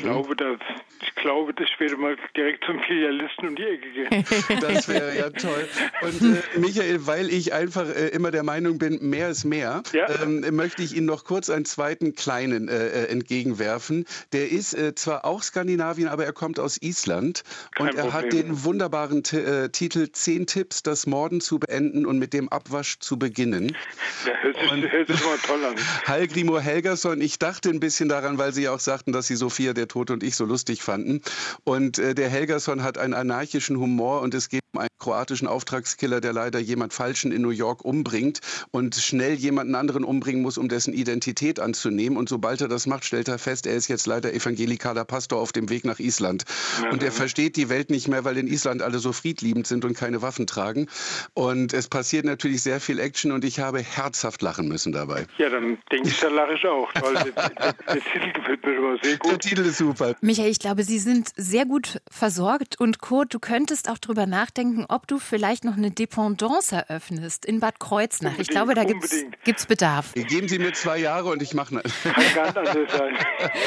Ich glaube, das wäre mal direkt zum Filialisten um die Ecke gehen. Das wäre ja toll. Und Michael, weil ich einfach immer der Meinung bin, mehr ist mehr, möchte ich Ihnen noch kurz einen zweiten kleinen entgegenwerfen. Der ist zwar auch Skandinavien, aber er kommt aus Island und er hat den wunderbaren Titel 10 Tipps, das Morden zu beenden und mit dem Abwasch zu beginnen. Ja, hört sich mal toll an. Hallgrímur Helgason, ich dachte ein bisschen daran, weil Sie ja auch sagten, dass Sie Sophia der Tote und ich so lustig fanden. Und der Helgason hat einen anarchischen Humor und es geht um einen kroatischen Auftragskiller, der leider jemand Falschen in New York umbringt und schnell jemanden anderen umbringen muss, um dessen Identität anzunehmen. Und sobald er das macht, stellt er fest, er ist jetzt leider evangelikaler Pastor auf dem Weg nach Island. Und er versteht die Welt nicht mehr, weil in Island alle so friedliebend sind und keine Waffen tragen. Und es passiert natürlich sehr viel Action und ich habe herzhaft lachen müssen dabei. Ja, dann denke ich, da lache ich auch, weil der Titel gefällt mir schon mal sehr gut. Der Titel ist super. Michael, ich glaube, Sie sind sehr gut versorgt und Kurt, du könntest auch drüber nachdenken, ob du vielleicht noch eine Dependance eröffnest in Bad Kreuznach. Ich glaube, da gibt's Bedarf. Geben Sie mir 2 Jahre und ich mache Kann ganz anders sein.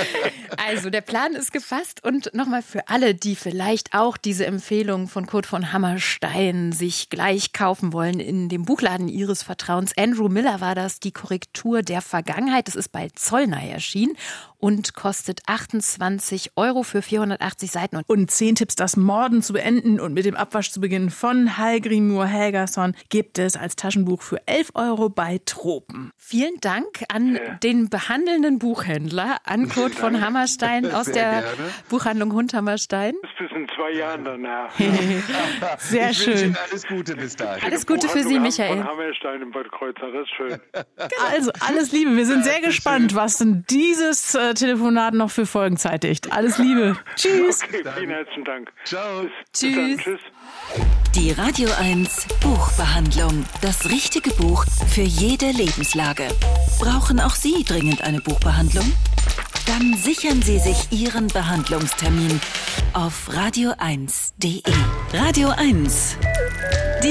Also, der Plan ist gefasst und nochmal für alle, die vielleicht auch diese Empfehlung von Kurt von Hammerstein sich gleich kaufen wollen in dem Buchladen Ihres Vertrauens. Andrew Miller war das, Die Korrektur der Vergangenheit. Das ist bei Zollner erschienen und kostet 28 € für 480 Seiten. Und 10 Tipps, das Morden zu beenden und mit dem Abwasch zu beginnen von Hallgrímur Helgason gibt es als Taschenbuch für 11 € bei Tropen. Vielen Dank an den behandelnden Buchhändler, an Kurt von Hammerstein aus der Buchhandlung Hundhammerstein. Bis in 2 Jahren danach. Sehr schön. Ich wünsche Ihnen alles Gute bis dahin. Alles Gute für Sie, Michael. Von Hammerstein in Bad Kreuznach, das ist schön. Also, alles Liebe. Wir sind sehr gespannt, was denn dieses Telefonat noch für Folgen zeitigt. Alles Liebe. Tschüss. Okay, vielen herzlichen Dank. Ciao. Tschüss. Tschüss. Die Radio 1 Buchbehandlung. Das richtige Buch für jede Lebenslage. Brauchen auch Sie dringend eine Buchbehandlung? Dann sichern Sie sich Ihren Behandlungstermin auf radio1.de. Radio 1. Die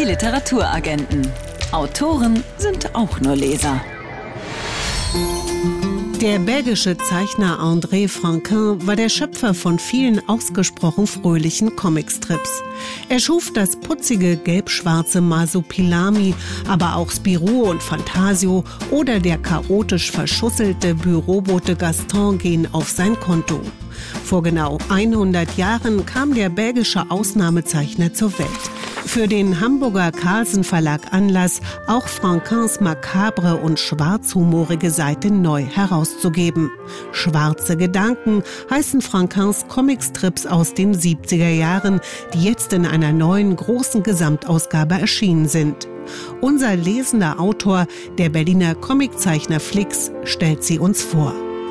Literaturagenten. Autoren sind auch nur Leser. Der belgische Zeichner André Franquin war der Schöpfer von vielen ausgesprochen fröhlichen Comicstrips. Er schuf das putzige gelb-schwarze Masopilami, aber auch Spirou und Fantasio oder der chaotisch verschusselte Bürobote Gaston gehen auf sein Konto. Vor genau 100 Jahren kam der belgische Ausnahmezeichner zur Welt. Für den Hamburger Carlsen Verlag Anlass, auch Franquins makabre und schwarzhumorige Seite neu herauszugeben. Schwarze Gedanken heißen Franquins Comicstrips aus den 70er Jahren, die jetzt in einer neuen großen Gesamtausgabe erschienen sind. Unser lesender Autor, der Berliner Comiczeichner Flix, stellt sie uns vor.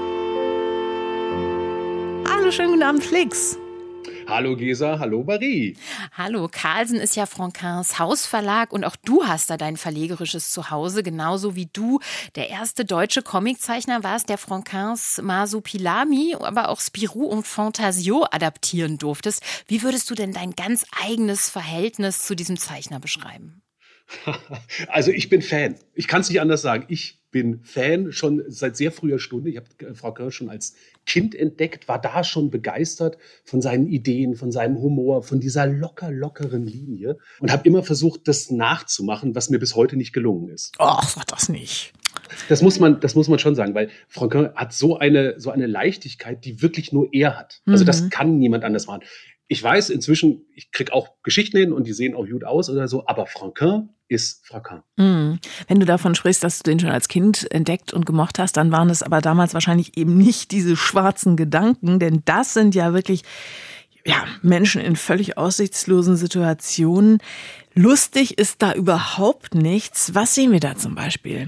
Hallo, schönen guten Abend, Flix. Hallo Gesa, hallo Marie. Hallo, Carlsen ist ja Franquins Hausverlag und auch du hast da dein verlegerisches Zuhause, genauso wie du der erste deutsche Comiczeichner warst, der Franquins Masopilami, aber auch Spirou und Fantasio adaptieren durftest. Wie würdest du denn dein ganz eigenes Verhältnis zu diesem Zeichner beschreiben? Also ich bin Fan. Ich kann es nicht anders sagen. Ich bin Fan schon seit sehr früher Stunde. Ich habe Franquin schon als Kind entdeckt, war da schon begeistert von seinen Ideen, von seinem Humor, von dieser lockeren Linie und habe immer versucht, das nachzumachen, was mir bis heute nicht gelungen ist. Ach, sag das nicht. Das muss man schon sagen, weil Franquin hat so eine Leichtigkeit, die wirklich nur er hat. Also das kann niemand anders machen. Ich weiß inzwischen, ich kriege auch Geschichten hin und die sehen auch gut aus oder so, aber Franquin ist Franquin. Wenn du davon sprichst, dass du den schon als Kind entdeckt und gemocht hast, dann waren es aber damals wahrscheinlich eben nicht diese schwarzen Gedanken, denn das sind ja wirklich Menschen in völlig aussichtslosen Situationen. Lustig ist da überhaupt nichts. Was sehen wir da zum Beispiel?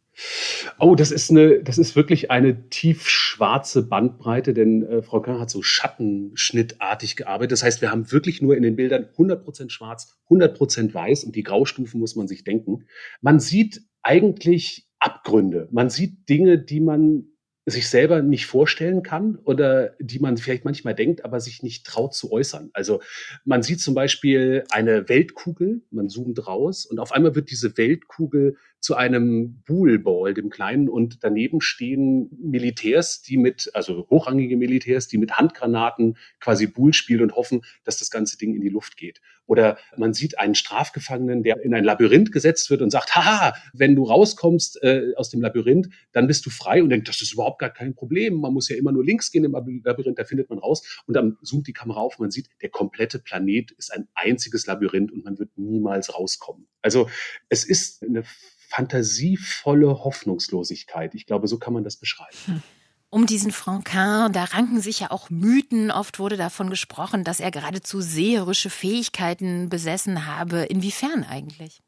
Oh, das ist wirklich eine tiefschwarze Bandbreite, denn Franquin hat so schattenschnittartig gearbeitet. Das heißt, wir haben wirklich nur in den Bildern 100% schwarz, 100% weiß und die Graustufen muss man sich denken. Man sieht eigentlich Abgründe. Man sieht Dinge, die man sich selber nicht vorstellen kann oder die man vielleicht manchmal denkt, aber sich nicht traut zu äußern. Also man sieht zum Beispiel eine Weltkugel, man zoomt raus und auf einmal wird diese Weltkugel zu einem Bullball, dem kleinen, und daneben stehen Militärs, hochrangige Militärs, die mit Handgranaten quasi Bull spielen und hoffen, dass das ganze Ding in die Luft geht. Oder man sieht einen Strafgefangenen, der in ein Labyrinth gesetzt wird und sagt, haha, wenn du rauskommst aus dem Labyrinth, dann bist du frei, und denkt, das ist überhaupt gar kein Problem. Man muss ja immer nur links gehen im Labyrinth, da findet man raus. Und dann zoomt die Kamera auf, man sieht, der komplette Planet ist ein einziges Labyrinth und man wird niemals rauskommen. Also es ist eine fantasievolle Hoffnungslosigkeit. Ich glaube, so kann man das beschreiben. Um diesen Franquin, da ranken sich ja auch Mythen. Oft wurde davon gesprochen, dass er geradezu seherische Fähigkeiten besessen habe. Inwiefern eigentlich?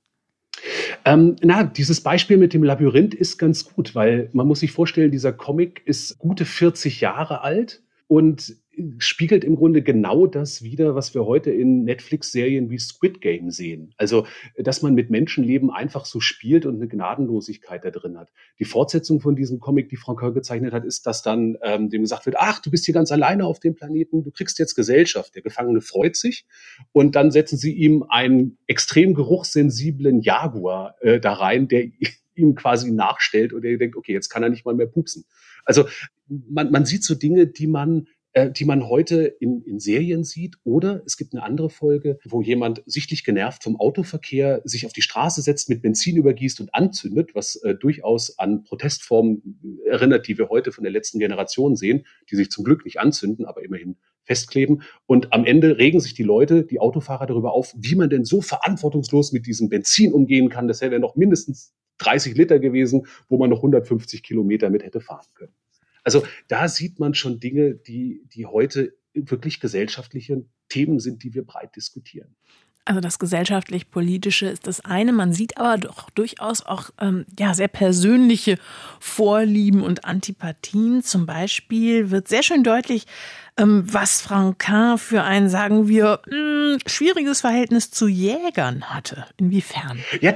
Dieses Beispiel mit dem Labyrinth ist ganz gut, weil man muss sich vorstellen, dieser Comic ist gute 40 Jahre alt und spiegelt im Grunde genau das wider, was wir heute in Netflix-Serien wie Squid Game sehen. Also, dass man mit Menschenleben einfach so spielt und eine Gnadenlosigkeit da drin hat. Die Fortsetzung von diesem Comic, die Franquin gezeichnet hat, ist, dass dann dem gesagt wird, ach, du bist hier ganz alleine auf dem Planeten, du kriegst jetzt Gesellschaft. Der Gefangene freut sich und dann setzen sie ihm einen extrem geruchssensiblen Jaguar da rein, der ihm quasi nachstellt und er denkt, okay, jetzt kann er nicht mal mehr pupsen. Also man sieht so Dinge, die man heute in Serien sieht. Oder es gibt eine andere Folge, wo jemand sichtlich genervt vom Autoverkehr sich auf die Straße setzt, mit Benzin übergießt und anzündet, was durchaus an Protestformen erinnert, die wir heute von der letzten Generation sehen, die sich zum Glück nicht anzünden, aber immerhin festkleben. Und am Ende regen sich die Leute, die Autofahrer, darüber auf, wie man denn so verantwortungslos mit diesem Benzin umgehen kann. Das wäre noch mindestens 30 Liter gewesen, wo man noch 150 Kilometer mit hätte fahren können. Also da sieht man schon Dinge, die heute wirklich gesellschaftliche Themen sind, die wir breit diskutieren. Also das gesellschaftlich-politische ist das eine. Man sieht aber doch durchaus auch sehr persönliche Vorlieben und Antipathien. Zum Beispiel wird sehr schön deutlich, was Franquin für ein, sagen wir, schwieriges Verhältnis zu Jägern hatte. Inwiefern? Ja,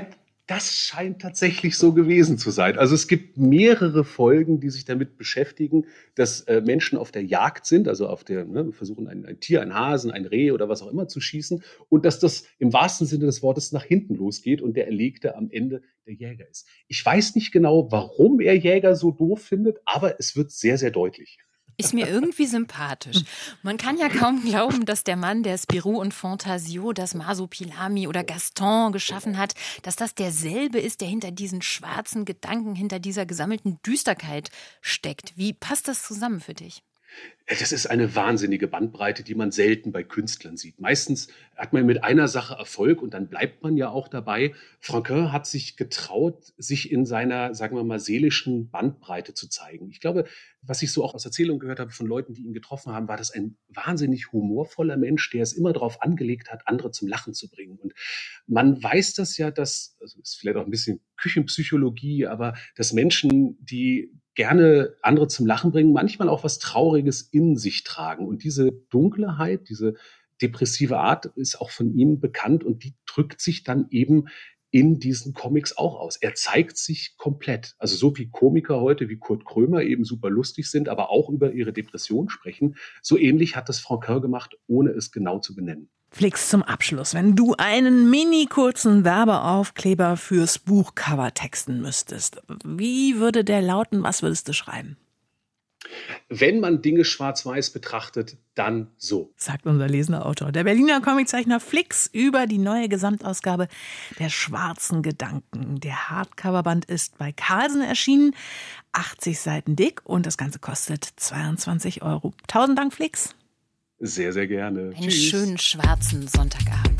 Das scheint tatsächlich so gewesen zu sein. Also es gibt mehrere Folgen, die sich damit beschäftigen, dass Menschen auf der Jagd sind, also versuchen ein Tier, ein Hasen, ein Reh oder was auch immer zu schießen und dass das im wahrsten Sinne des Wortes nach hinten losgeht und der Erlegte am Ende der Jäger ist. Ich weiß nicht genau, warum er Jäger so doof findet, aber es wird sehr, sehr deutlich. Ist mir irgendwie sympathisch. Man kann ja kaum glauben, dass der Mann, der Spirou und Fantasio, das Masopilami oder Gaston geschaffen hat, dass das derselbe ist, der hinter diesen schwarzen Gedanken, hinter dieser gesammelten Düsterkeit steckt. Wie passt das zusammen für dich? Das ist eine wahnsinnige Bandbreite, die man selten bei Künstlern sieht. Meistens hat man mit einer Sache Erfolg und dann bleibt man ja auch dabei. Franquin hat sich getraut, sich in seiner, sagen wir mal, seelischen Bandbreite zu zeigen. Ich glaube, was ich so auch aus Erzählungen gehört habe von Leuten, die ihn getroffen haben, war das ein wahnsinnig humorvoller Mensch, der es immer darauf angelegt hat, andere zum Lachen zu bringen. Und man weiß das ja, also ist vielleicht auch ein bisschen Küchenpsychologie, aber dass Menschen, die gerne andere zum Lachen bringen, manchmal auch was Trauriges in sich tragen. Und diese Dunkelheit, diese depressive Art ist auch von ihm bekannt und die drückt sich dann eben in diesen Comics auch aus. Er zeigt sich komplett. Also so wie Komiker heute, wie Kurt Krömer eben super lustig sind, aber auch über ihre Depression sprechen, so ähnlich hat das Franquin gemacht, ohne es genau zu benennen. Flix, zum Abschluss, wenn du einen mini kurzen Werbeaufkleber fürs Buchcover texten müsstest, wie würde der lauten, was würdest du schreiben? Wenn man Dinge schwarz-weiß betrachtet, dann so. Sagt unser lesender Autor. Der Berliner Comiczeichner Flix über die neue Gesamtausgabe der Schwarzen Gedanken. Der Hardcoverband ist bei Carlsen erschienen, 80 Seiten dick und das Ganze kostet 22 €. 1000 Dank, Flix. Sehr, sehr gerne. Einen schönen schwarzen Sonntagabend.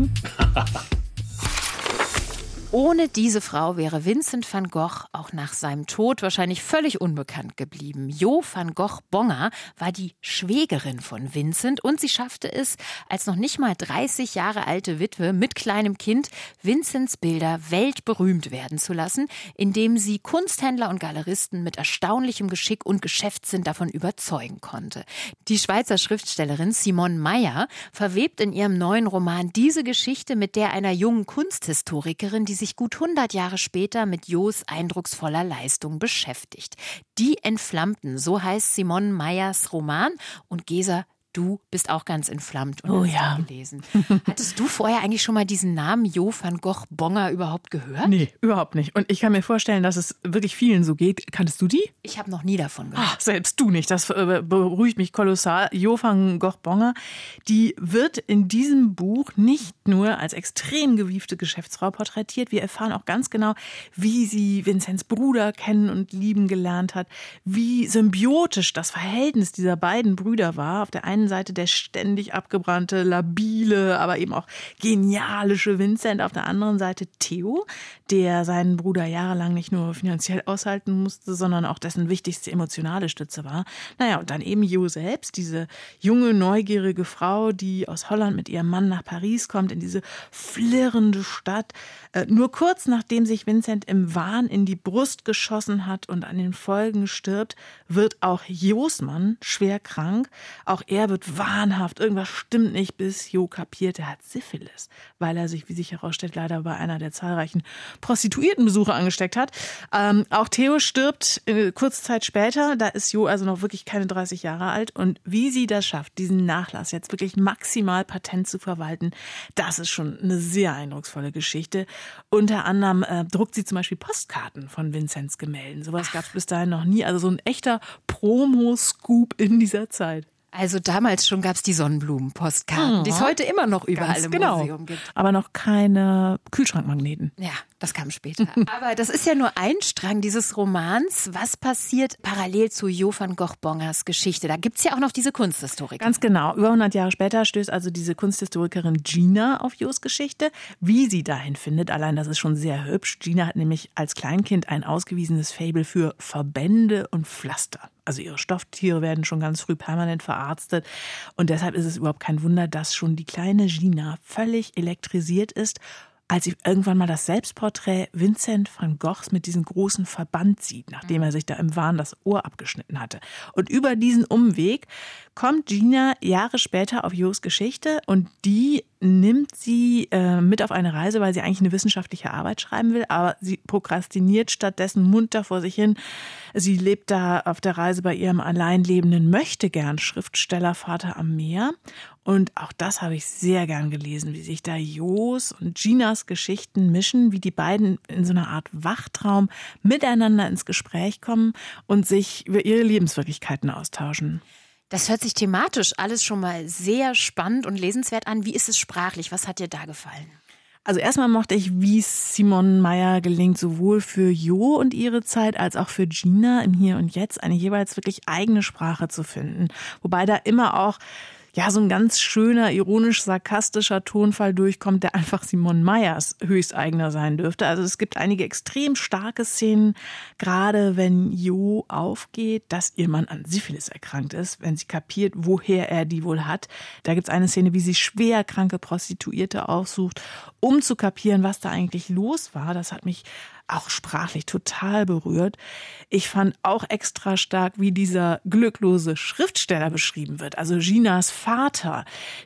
Ohne diese Frau wäre Vincent van Gogh auch nach seinem Tod wahrscheinlich völlig unbekannt geblieben. Jo van Gogh-Bonger war die Schwägerin von Vincent und sie schaffte es, als noch nicht mal 30 Jahre alte Witwe mit kleinem Kind, Vincents Bilder weltberühmt werden zu lassen, indem sie Kunsthändler und Galeristen mit erstaunlichem Geschick und Geschäftssinn davon überzeugen konnte. Die Schweizer Schriftstellerin Simone Meyer verwebt in ihrem neuen Roman diese Geschichte mit der einer jungen Kunsthistorikerin, die sich gut 100 Jahre später mit Jos eindrucksvoller Leistung beschäftigt. Die Entflammten, so heißt Simone Meyers Roman. Und Gesa, du bist auch ganz entflammt und hast ihn gelesen. Hattest du vorher eigentlich schon mal diesen Namen Jo van Gogh-Bonger überhaupt gehört? Nee, überhaupt nicht. Und ich kann mir vorstellen, dass es wirklich vielen so geht. Kanntest du die? Ich habe noch nie davon gehört. Ach, selbst du nicht. Das beruhigt mich kolossal. Jo van Gogh-Bonger, die wird in diesem Buch nicht nur als extrem gewiefte Geschäftsfrau porträtiert. Wir erfahren auch ganz genau, wie sie Vincents Bruder kennen und lieben gelernt hat, wie symbiotisch das Verhältnis dieser beiden Brüder war. Auf der einen Seite der ständig abgebrannte, labile, aber eben auch genialische Vincent. Auf der anderen Seite Theo, der seinen Bruder jahrelang nicht nur finanziell aushalten musste, sondern auch dessen wichtigste emotionale Stütze war. Naja, und dann eben Jo selbst, diese junge, neugierige Frau, die aus Holland mit ihrem Mann nach Paris kommt, in diese flirrende Stadt. Nur kurz nachdem sich Vincent im Wahn in die Brust geschossen hat und an den Folgen stirbt, wird auch Jos Mann schwer krank. Auch er wird wahnhaft, irgendwas stimmt nicht, bis Jo kapiert, er hat Syphilis, weil er sich, wie sich herausstellt, leider bei einer der zahlreichen Prostituiertenbesuche angesteckt hat. Auch Theo stirbt kurze Zeit später, da ist Jo also noch wirklich keine 30 Jahre alt und wie sie das schafft, diesen Nachlass jetzt wirklich maximal patent zu verwalten, das ist schon eine sehr eindrucksvolle Geschichte. Unter anderem druckt sie zum Beispiel Postkarten von Vincents Gemälden. Sowas gab es bis dahin noch nie, also so ein echter Promo-Scoop in dieser Zeit. Also damals schon gab es die Sonnenblumenpostkarten, die es heute immer noch überall im Museum gibt. Aber noch keine Kühlschrankmagneten. Ja, das kam später. Aber das ist ja nur ein Strang dieses Romans. Was passiert parallel zu Jo van Gogh-Bongers Geschichte? Da gibt's ja auch noch diese Kunsthistorikerin. Ganz genau. Über 100 Jahre später stößt also diese Kunsthistorikerin Gina auf Jos Geschichte. Wie sie dahin findet, allein das ist schon sehr hübsch. Gina hat nämlich als Kleinkind ein ausgewiesenes Faible für Verbände und Pflaster. Also ihre Stofftiere werden schon ganz früh permanent verarztet. Und deshalb ist es überhaupt kein Wunder, dass schon die kleine Gina völlig elektrisiert ist, als sie irgendwann mal das Selbstporträt Vincent van Goghs mit diesem großen Verband sieht, nachdem er sich da im Wahn das Ohr abgeschnitten hatte. Und über diesen Umweg kommt Gina Jahre später auf Jos Geschichte und die nimmt sie mit auf eine Reise, weil sie eigentlich eine wissenschaftliche Arbeit schreiben will, aber sie prokrastiniert stattdessen munter vor sich hin. Sie lebt da auf der Reise bei ihrem allein lebenden Möchtegern-Schriftstellervater am Meer. Und auch das habe ich sehr gern gelesen, wie sich da Jos und Ginas Geschichten mischen, wie die beiden in so einer Art Wachtraum miteinander ins Gespräch kommen und sich über ihre Lebenswirklichkeiten austauschen. Das hört sich thematisch alles schon mal sehr spannend und lesenswert an. Wie ist es sprachlich? Was hat dir da gefallen? Also erstmal mochte ich, wie Simone Meyer gelingt, sowohl für Jo und ihre Zeit als auch für Gina im Hier und Jetzt eine jeweils wirklich eigene Sprache zu finden. Wobei da immer auch so ein ganz schöner, ironisch-sarkastischer Tonfall durchkommt, der einfach Simone Meyers höchsteigener sein dürfte. Also es gibt einige extrem starke Szenen, gerade wenn Jo aufgeht, dass ihr Mann an Syphilis erkrankt ist, wenn sie kapiert, woher er die wohl hat. Da gibt es eine Szene, wie sie schwer kranke Prostituierte aufsucht, um zu kapieren, was da eigentlich los war. Das hat mich auch sprachlich total berührt. Ich fand auch extra stark, wie dieser glücklose Schriftsteller beschrieben wird. Also Ginas Vater,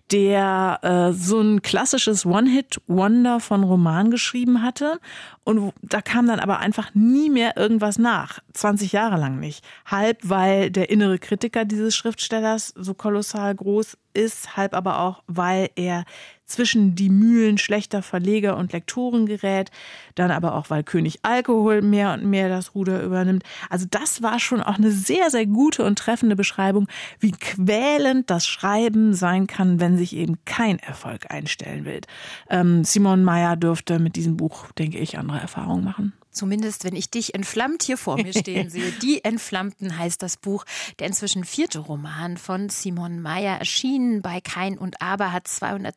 der so ein klassisches One-Hit-Wonder von Roman geschrieben hatte. Und da kam dann aber einfach nie mehr irgendwas nach. 20 Jahre lang nicht. Halb, weil der innere Kritiker dieses Schriftstellers so kolossal groß ist, halb aber auch, weil er zwischen die Mühlen schlechter Verleger und Lektoren gerät, dann aber auch, weil König Alkohol mehr und mehr das Ruder übernimmt. Also das war schon auch eine sehr, sehr gute und treffende Beschreibung, wie quälend das Schreiben sein kann, wenn sich eben kein Erfolg einstellen will. Simone Meyer dürfte mit diesem Buch, denke ich, andere Erfahrungen machen. Zumindest, wenn ich dich entflammt hier vor mir stehen sehe. Die Entflammten heißt das Buch. Der inzwischen 4. Roman von Simone Meyer, erschienen bei Kein und Aber, hat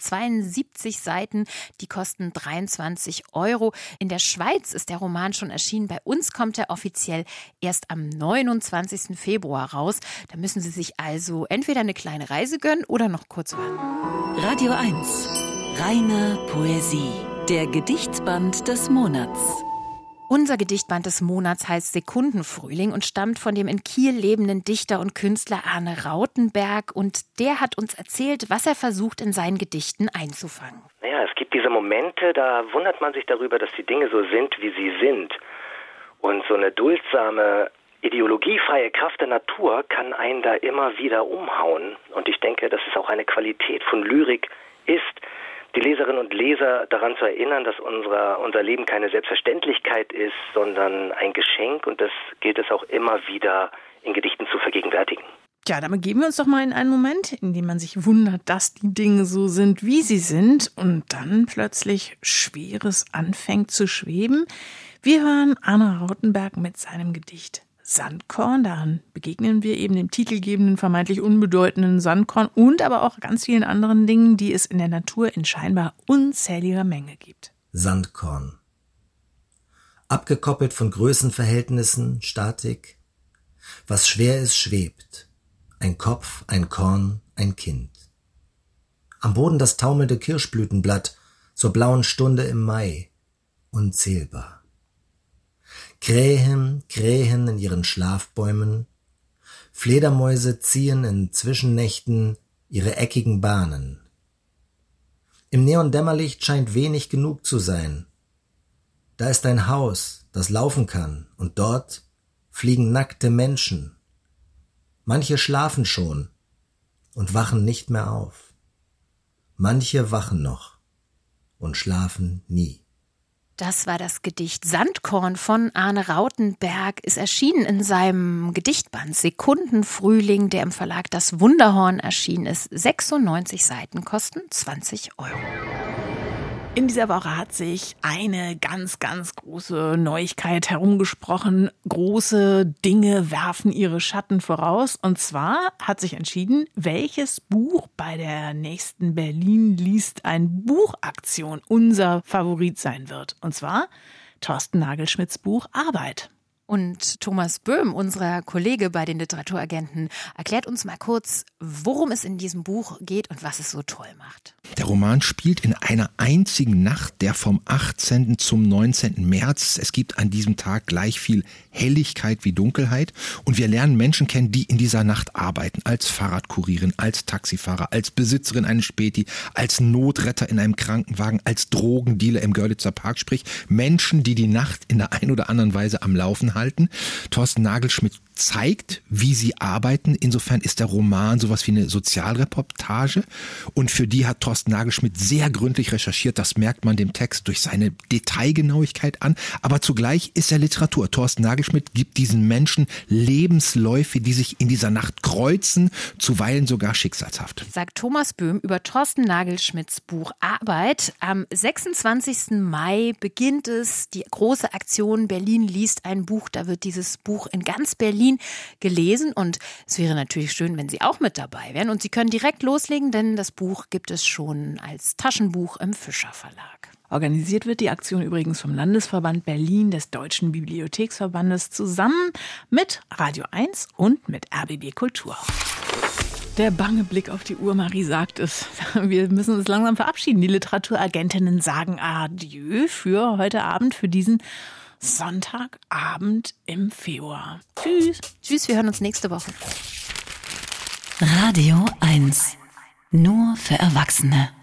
272 Seiten. Die kosten 23 €. In der Schweiz ist der Roman schon erschienen. Bei uns kommt er offiziell erst am 29. Februar raus. Da müssen Sie sich also entweder eine kleine Reise gönnen oder noch kurz warten. Radio 1. Reine Poesie. Der Gedichtsband des Monats. Unser Gedichtband des Monats heißt Sekundenfrühling und stammt von dem in Kiel lebenden Dichter und Künstler Arne Rautenberg. Und der hat uns erzählt, was er versucht, in seinen Gedichten einzufangen. Naja, es gibt diese Momente, da wundert man sich darüber, dass die Dinge so sind, wie sie sind. Und so eine duldsame, ideologiefreie Kraft der Natur kann einen da immer wieder umhauen. Und ich denke, dass es auch eine Qualität von Lyrik ist, die Leserinnen und Leser daran zu erinnern, dass unser Leben keine Selbstverständlichkeit ist, sondern ein Geschenk, und das gilt es auch immer wieder in Gedichten zu vergegenwärtigen. Ja, damit geben wir uns doch mal in einen Moment, in dem man sich wundert, dass die Dinge so sind, wie sie sind, und dann plötzlich Schweres anfängt zu schweben. Wir hören Arne Rautenberg mit seinem Gedicht Sandkorn. Daran begegnen wir eben dem titelgebenden, vermeintlich unbedeutenden Sandkorn und aber auch ganz vielen anderen Dingen, die es in der Natur in scheinbar unzähliger Menge gibt. Sandkorn. Abgekoppelt von Größenverhältnissen, Statik. Was schwer ist, schwebt. Ein Kopf, ein Korn, ein Kind. Am Boden das taumelnde Kirschblütenblatt zur blauen Stunde im Mai. Unzählbar. Krähen in ihren Schlafbäumen, Fledermäuse ziehen in Zwischennächten ihre eckigen Bahnen. Im Neondämmerlicht scheint wenig genug zu sein. Da ist ein Haus, das laufen kann, und dort fliegen nackte Menschen. Manche schlafen schon und wachen nicht mehr auf. Manche wachen noch und schlafen nie. Das war das Gedicht Sandkorn von Arne Rautenberg, ist erschienen in seinem Gedichtband Sekundenfrühling, der im Verlag Das Wunderhorn erschienen ist. 96 Seiten, kosten 20 €. In dieser Woche hat sich eine ganz, ganz große Neuigkeit herumgesprochen. Große Dinge werfen ihre Schatten voraus. Und zwar hat sich entschieden, welches Buch bei der nächsten Berlin liest ein Buchaktion unser Favorit sein wird. Und zwar Thorsten Nagelschmidts Buch Arbeit. Und Thomas Böhm, unser Kollege bei den Literaturagenten, erklärt uns mal kurz, worum es in diesem Buch geht und was es so toll macht. Der Roman spielt in einer einzigen Nacht, der vom 18. zum 19. März. Es gibt an diesem Tag gleich viel Helligkeit wie Dunkelheit. Und wir lernen Menschen kennen, die in dieser Nacht arbeiten. Als Fahrradkurierin, als Taxifahrer, als Besitzerin eines Späti, als Notretter in einem Krankenwagen, als Drogendealer im Görlitzer Park. Sprich, Menschen, die die Nacht in der einen oder anderen Weise am Laufen halten. Thorsten Nagelschmidt zeigt, wie sie arbeiten. Insofern ist der Roman sowas wie eine Sozialreportage. Und für die hat Thorsten Nagelschmidt sehr gründlich recherchiert. Das merkt man dem Text durch seine Detailgenauigkeit an. Aber zugleich ist er Literatur. Thorsten Nagelschmidt gibt diesen Menschen Lebensläufe, die sich in dieser Nacht kreuzen, zuweilen sogar schicksalshaft. Sagt Thomas Böhm über Thorsten Nagelschmidts Buch Arbeit. Am 26. Mai beginnt es, die große Aktion Berlin liest ein Buch. Da wird dieses Buch in ganz Berlin gelesen und es wäre natürlich schön, wenn Sie auch mit dabei wären und Sie können direkt loslegen, denn das Buch gibt es schon als Taschenbuch im Fischer Verlag. Organisiert wird die Aktion übrigens vom Landesverband Berlin des Deutschen Bibliotheksverbandes zusammen mit Radio 1 und mit RBB Kultur. Der bange Blick auf die Uhr, Marie sagt es. Wir müssen uns langsam verabschieden. Die Literaturagentinnen sagen Adieu für heute Abend, für diesen Sonntagabend im Februar. Tschüss. Tschüss, wir hören uns nächste Woche. Radio 1. Nur für Erwachsene.